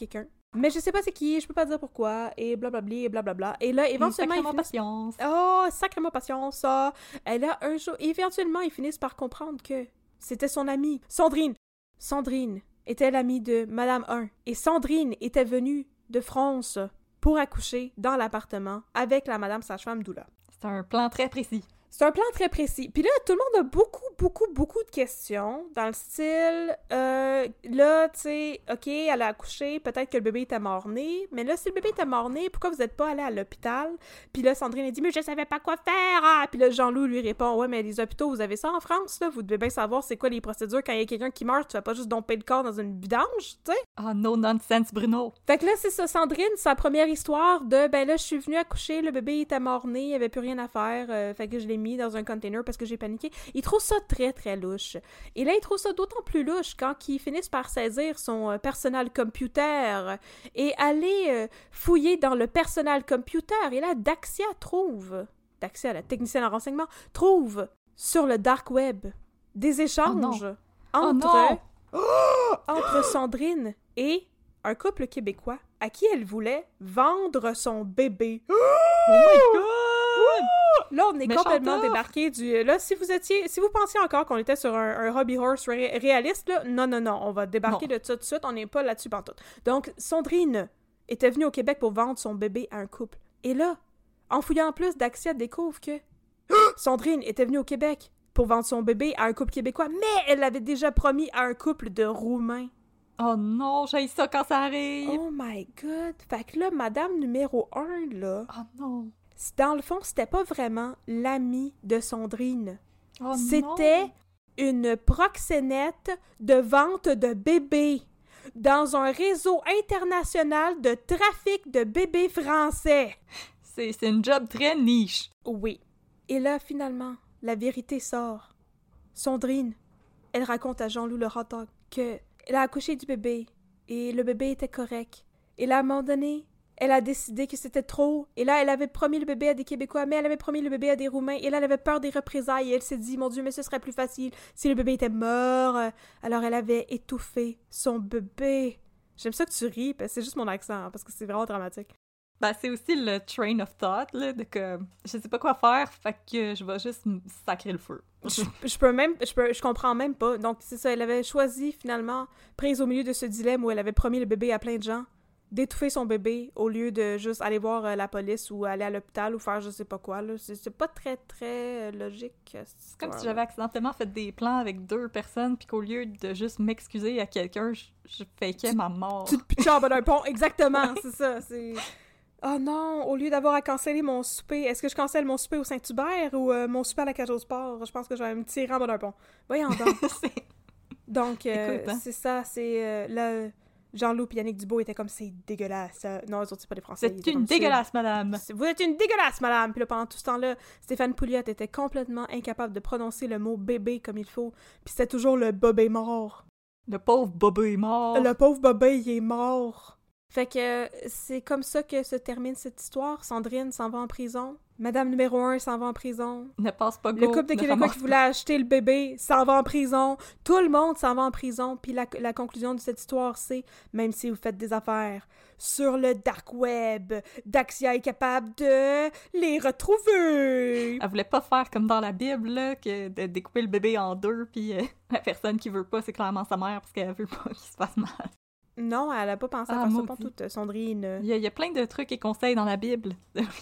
Mais je sais pas c'est qui, je peux pas dire pourquoi, et blablabli, et blablabla. Et là, éventuellement, Sacrément ils finissent... patience. Oh, sacrément patience, ça! Et là, un jour, éventuellement, ils finissent par comprendre que c'était son amie, Sandrine. Sandrine était l'amie de Madame un. Et Sandrine était venue de France pour accoucher dans l'appartement avec la Madame sage-femme Doula. C'est un plan très précis. C'est un plan très précis. Puis là, tout le monde a beaucoup, beaucoup, beaucoup de questions dans le style, euh, là, tu sais, OK, elle a accouché, peut-être que le bébé était mort-né, mais là, si le bébé était mort-né, pourquoi vous n'êtes pas allé à l'hôpital? Puis là, Sandrine a dit, mais je savais pas quoi faire! Ah! Puis là, Jean-Loup lui répond, ouais, mais les hôpitaux, vous avez ça en France, là? Vous devez bien savoir c'est quoi les procédures quand il y a quelqu'un qui meurt, tu vas pas juste domper le corps dans une vidange, tu sais? Ah, no nonsense, Bruno! Fait que là, c'est ça, Sandrine, sa première histoire de, ben là, je suis venue accoucher, le bébé était mort-né, il y avait plus rien à faire, euh, fait que je l'ai mis dans un container parce que j'ai paniqué. Il trouve ça très, très louche. Et là, il trouve ça d'autant plus louche quand ils finissent par saisir son euh, personal computer et aller euh, fouiller dans le personal computer. Et là, Daxia trouve, Daxia, la technicienne en renseignement, trouve sur le dark web des échanges oh entre, oh oh, entre Sandrine et un couple québécois à qui elle voulait vendre son bébé. Oh my God! Là, on est Méchant complètement tough. débarqué du... Là, si vous étiez... Si vous pensiez encore qu'on était sur un, un hobby horse ré- réaliste, là, non, non, non, on va débarquer Non. de ça tout de suite, on n'est pas là-dessus pantoute. Donc, Sandrine était venue au Québec pour vendre son bébé à un couple. Et là, en fouillant en plus, Daxia découvre que Sandrine était venue au Québec pour vendre son bébé à un couple québécois, mais elle l'avait déjà promis à un couple de Roumains. Oh non, j'haïs ça quand ça arrive! Oh my God! Fait que là, madame numéro un, là... Oh non! Dans le fond, c'était pas vraiment l'amie de Sandrine. Oh C'était non. une proxénète de vente de bébés dans un réseau international de trafic de bébés français. C'est, c'est une job très niche. Oui. Et là, finalement, la vérité sort. Sandrine, elle raconte à Jean-Loup le hot dog que elle a accouché du bébé et le bébé était correct. Et là, à un moment donné, elle a décidé que c'était trop. Et là, elle avait promis le bébé à des Québécois, mais elle avait promis le bébé à des Roumains. Et là, elle avait peur des représailles. Et elle s'est dit, mon Dieu, mais ce serait plus facile si le bébé était mort. Alors, elle avait étouffé son bébé. J'aime ça que tu ris, parce que c'est juste mon accent, hein, parce que c'est vraiment dramatique. Ben, c'est aussi le train of thought, là, de que je sais pas quoi faire, fait que je vais juste me sacrer le feu. je, je peux même, je peux, je comprends même pas. Donc, c'est ça, elle avait choisi, finalement, prise au milieu de ce dilemme où elle avait promis le bébé à plein de gens, d'étouffer son bébé au lieu de juste aller voir euh, la police ou aller à l'hôpital ou faire je sais pas quoi, là. C'est, c'est pas très, très euh, logique. C'est comme si j'avais accidentellement fait des plans avec deux personnes, puis qu'au lieu de juste m'excuser à quelqu'un, je, je fakais ma mort. Tu te pitchais en bas d'un pont, exactement, c'est ça, c'est... Oh non, au lieu d'avoir à canceller mon souper, est-ce que je cancelle mon souper au Saint-Hubert ou euh, mon souper à la cage au sport? Je pense que je vais me tirer en bas d'un pont. Voyons donc. C'est- Donc, euh, Écoute, hein. c'est ça, c'est... Euh, là, Jean-Loup et Yannick Dubois étaient comme, c'est dégueulasse. Euh, non, eux autres, c'est pas des Français. ils C'est étaient une comme, dégueulasse, madame! C'est- Vous êtes une dégueulasse, madame! Puis là, pendant tout ce temps-là, Stéphane Pouliot était complètement incapable de prononcer le mot bébé comme il faut. Puis c'était toujours le bébé mort. Le pauvre Bobby est mort! Le pauvre bébé, il est mort. Fait que euh, c'est comme ça que se termine cette histoire. Sandrine s'en va en prison. Madame numéro un s'en va en prison. Ne passe pas go, Le couple de ne Québécois ramasse qui voulait acheter le bébé s'en va en prison. Tout le monde s'en va en prison. Puis la, la conclusion de cette histoire, c'est, même si vous faites des affaires sur le dark web, Daxia est capable de les retrouver. Elle voulait pas faire comme dans la Bible, là, que de découper le bébé en deux, puis euh, la personne qui veut pas, c'est clairement sa mère, parce qu'elle veut pas qu'il se passe mal. Non, elle a pas pensé à Ah, faire ça maudit. pour toute Sandrine. Il y, a, il y a plein de trucs et conseils dans la Bible.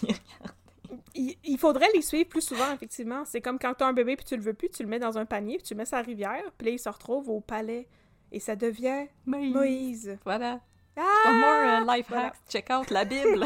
Il, il faudrait les suivre plus souvent, effectivement. C'est comme quand t'as un bébé puis tu le veux plus, tu le mets dans un panier puis tu le mets sur la rivière, puis là, il se retrouve au palais. Et ça devient Moïse. Moïse. Voilà. Ah! For more uh, life Voilà. hacks, check out la Bible.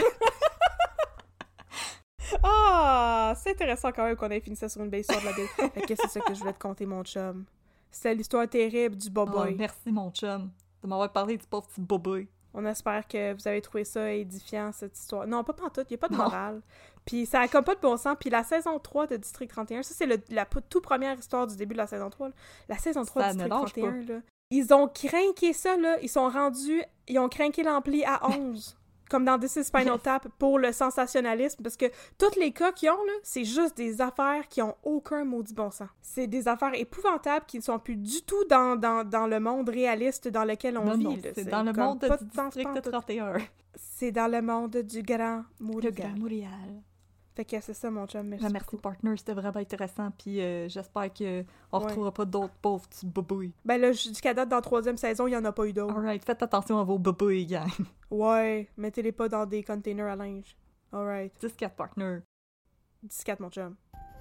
Ah! C'est intéressant quand même qu'on ait fini ça sur une belle histoire de la Bible. Fait que c'est ça que je voulais te conter, mon chum. C'était l'histoire terrible du Oh, boboy. merci, mon chum, de m'avoir parlé du pauvre petit boboy. On espère que vous avez trouvé ça édifiant, cette histoire. Non, pas pantoute, il n'y a pas de Non. morale. Puis ça a comme pas de bon sens. Puis la saison trois de District trente et un, ça c'est le, la p- toute première histoire du début de la saison trois. Là. La saison trois Ça de ne District lâche trente et un, là. Ils ont craqué ça, là. Ils sont rendus... Ils ont craqué l'ampli à onze. comme dans This is Spinal Yes. Tap, pour le sensationnalisme, parce que tous les cas qu'ils ont, là, c'est juste des affaires qui ont aucun maudit bon sens. C'est des affaires épouvantables qui ne sont plus du tout dans, dans, dans le monde réaliste dans lequel on Non, vit. non, là. c'est dans le comme monde pas du de sens district pantoute. trente et un. C'est dans le monde du Grand Le Montréal. Grand Montréal. Fait que c'est ça, mon chum. Merci, Ben, merci, beaucoup. partner, c'était vraiment intéressant. Puis euh, j'espère qu'on ne Ouais. retrouvera pas d'autres pauvres petits boubouilles. Ben là, je dis qu'à date, dans la troisième saison, il n'y en a pas eu d'autres. Alright, faites attention à vos boubouilles, gang. Ouais, mettez-les pas dans des containers à linge. Alright. dix quatre, partner. dix-quatre, mon chum.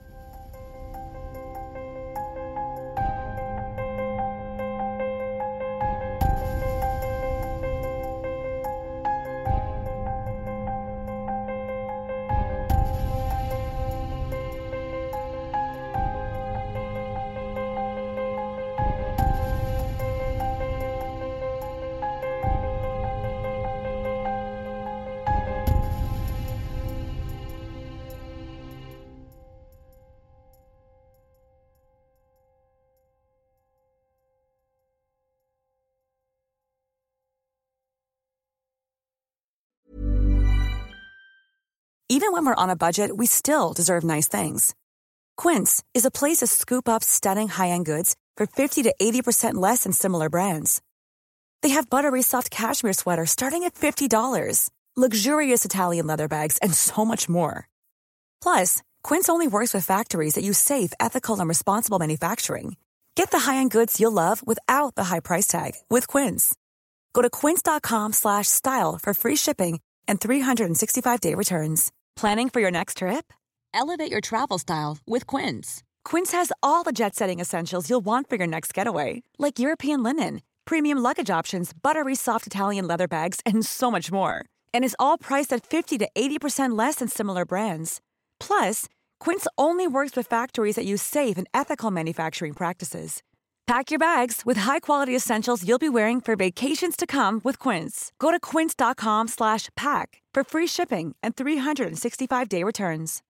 Even when we're on a budget, we still deserve nice things. Quince is a place to scoop up stunning high-end goods for fifty to eighty percent less than similar brands. They have buttery soft cashmere sweaters starting at fifty dollars, luxurious Italian leather bags, and so much more. Plus, Quince only works with factories that use safe, ethical, and responsible manufacturing. Get the high-end goods you'll love without the high price tag with Quince. Go to quince.com slash style for free shipping and three sixty-five day returns. Planning for your next trip? Elevate your travel style with Quince. Quince has all the jet-setting essentials you'll want for your next getaway, like European linen, premium luggage options, buttery soft Italian leather bags, and so much more. And is all priced at fifty to eighty percent less than similar brands. Plus, Quince only works with factories that use safe and ethical manufacturing practices. Pack your bags with high-quality essentials you'll be wearing for vacations to come with Quince. Go to quince.com slash pack for free shipping and three sixty-five day returns.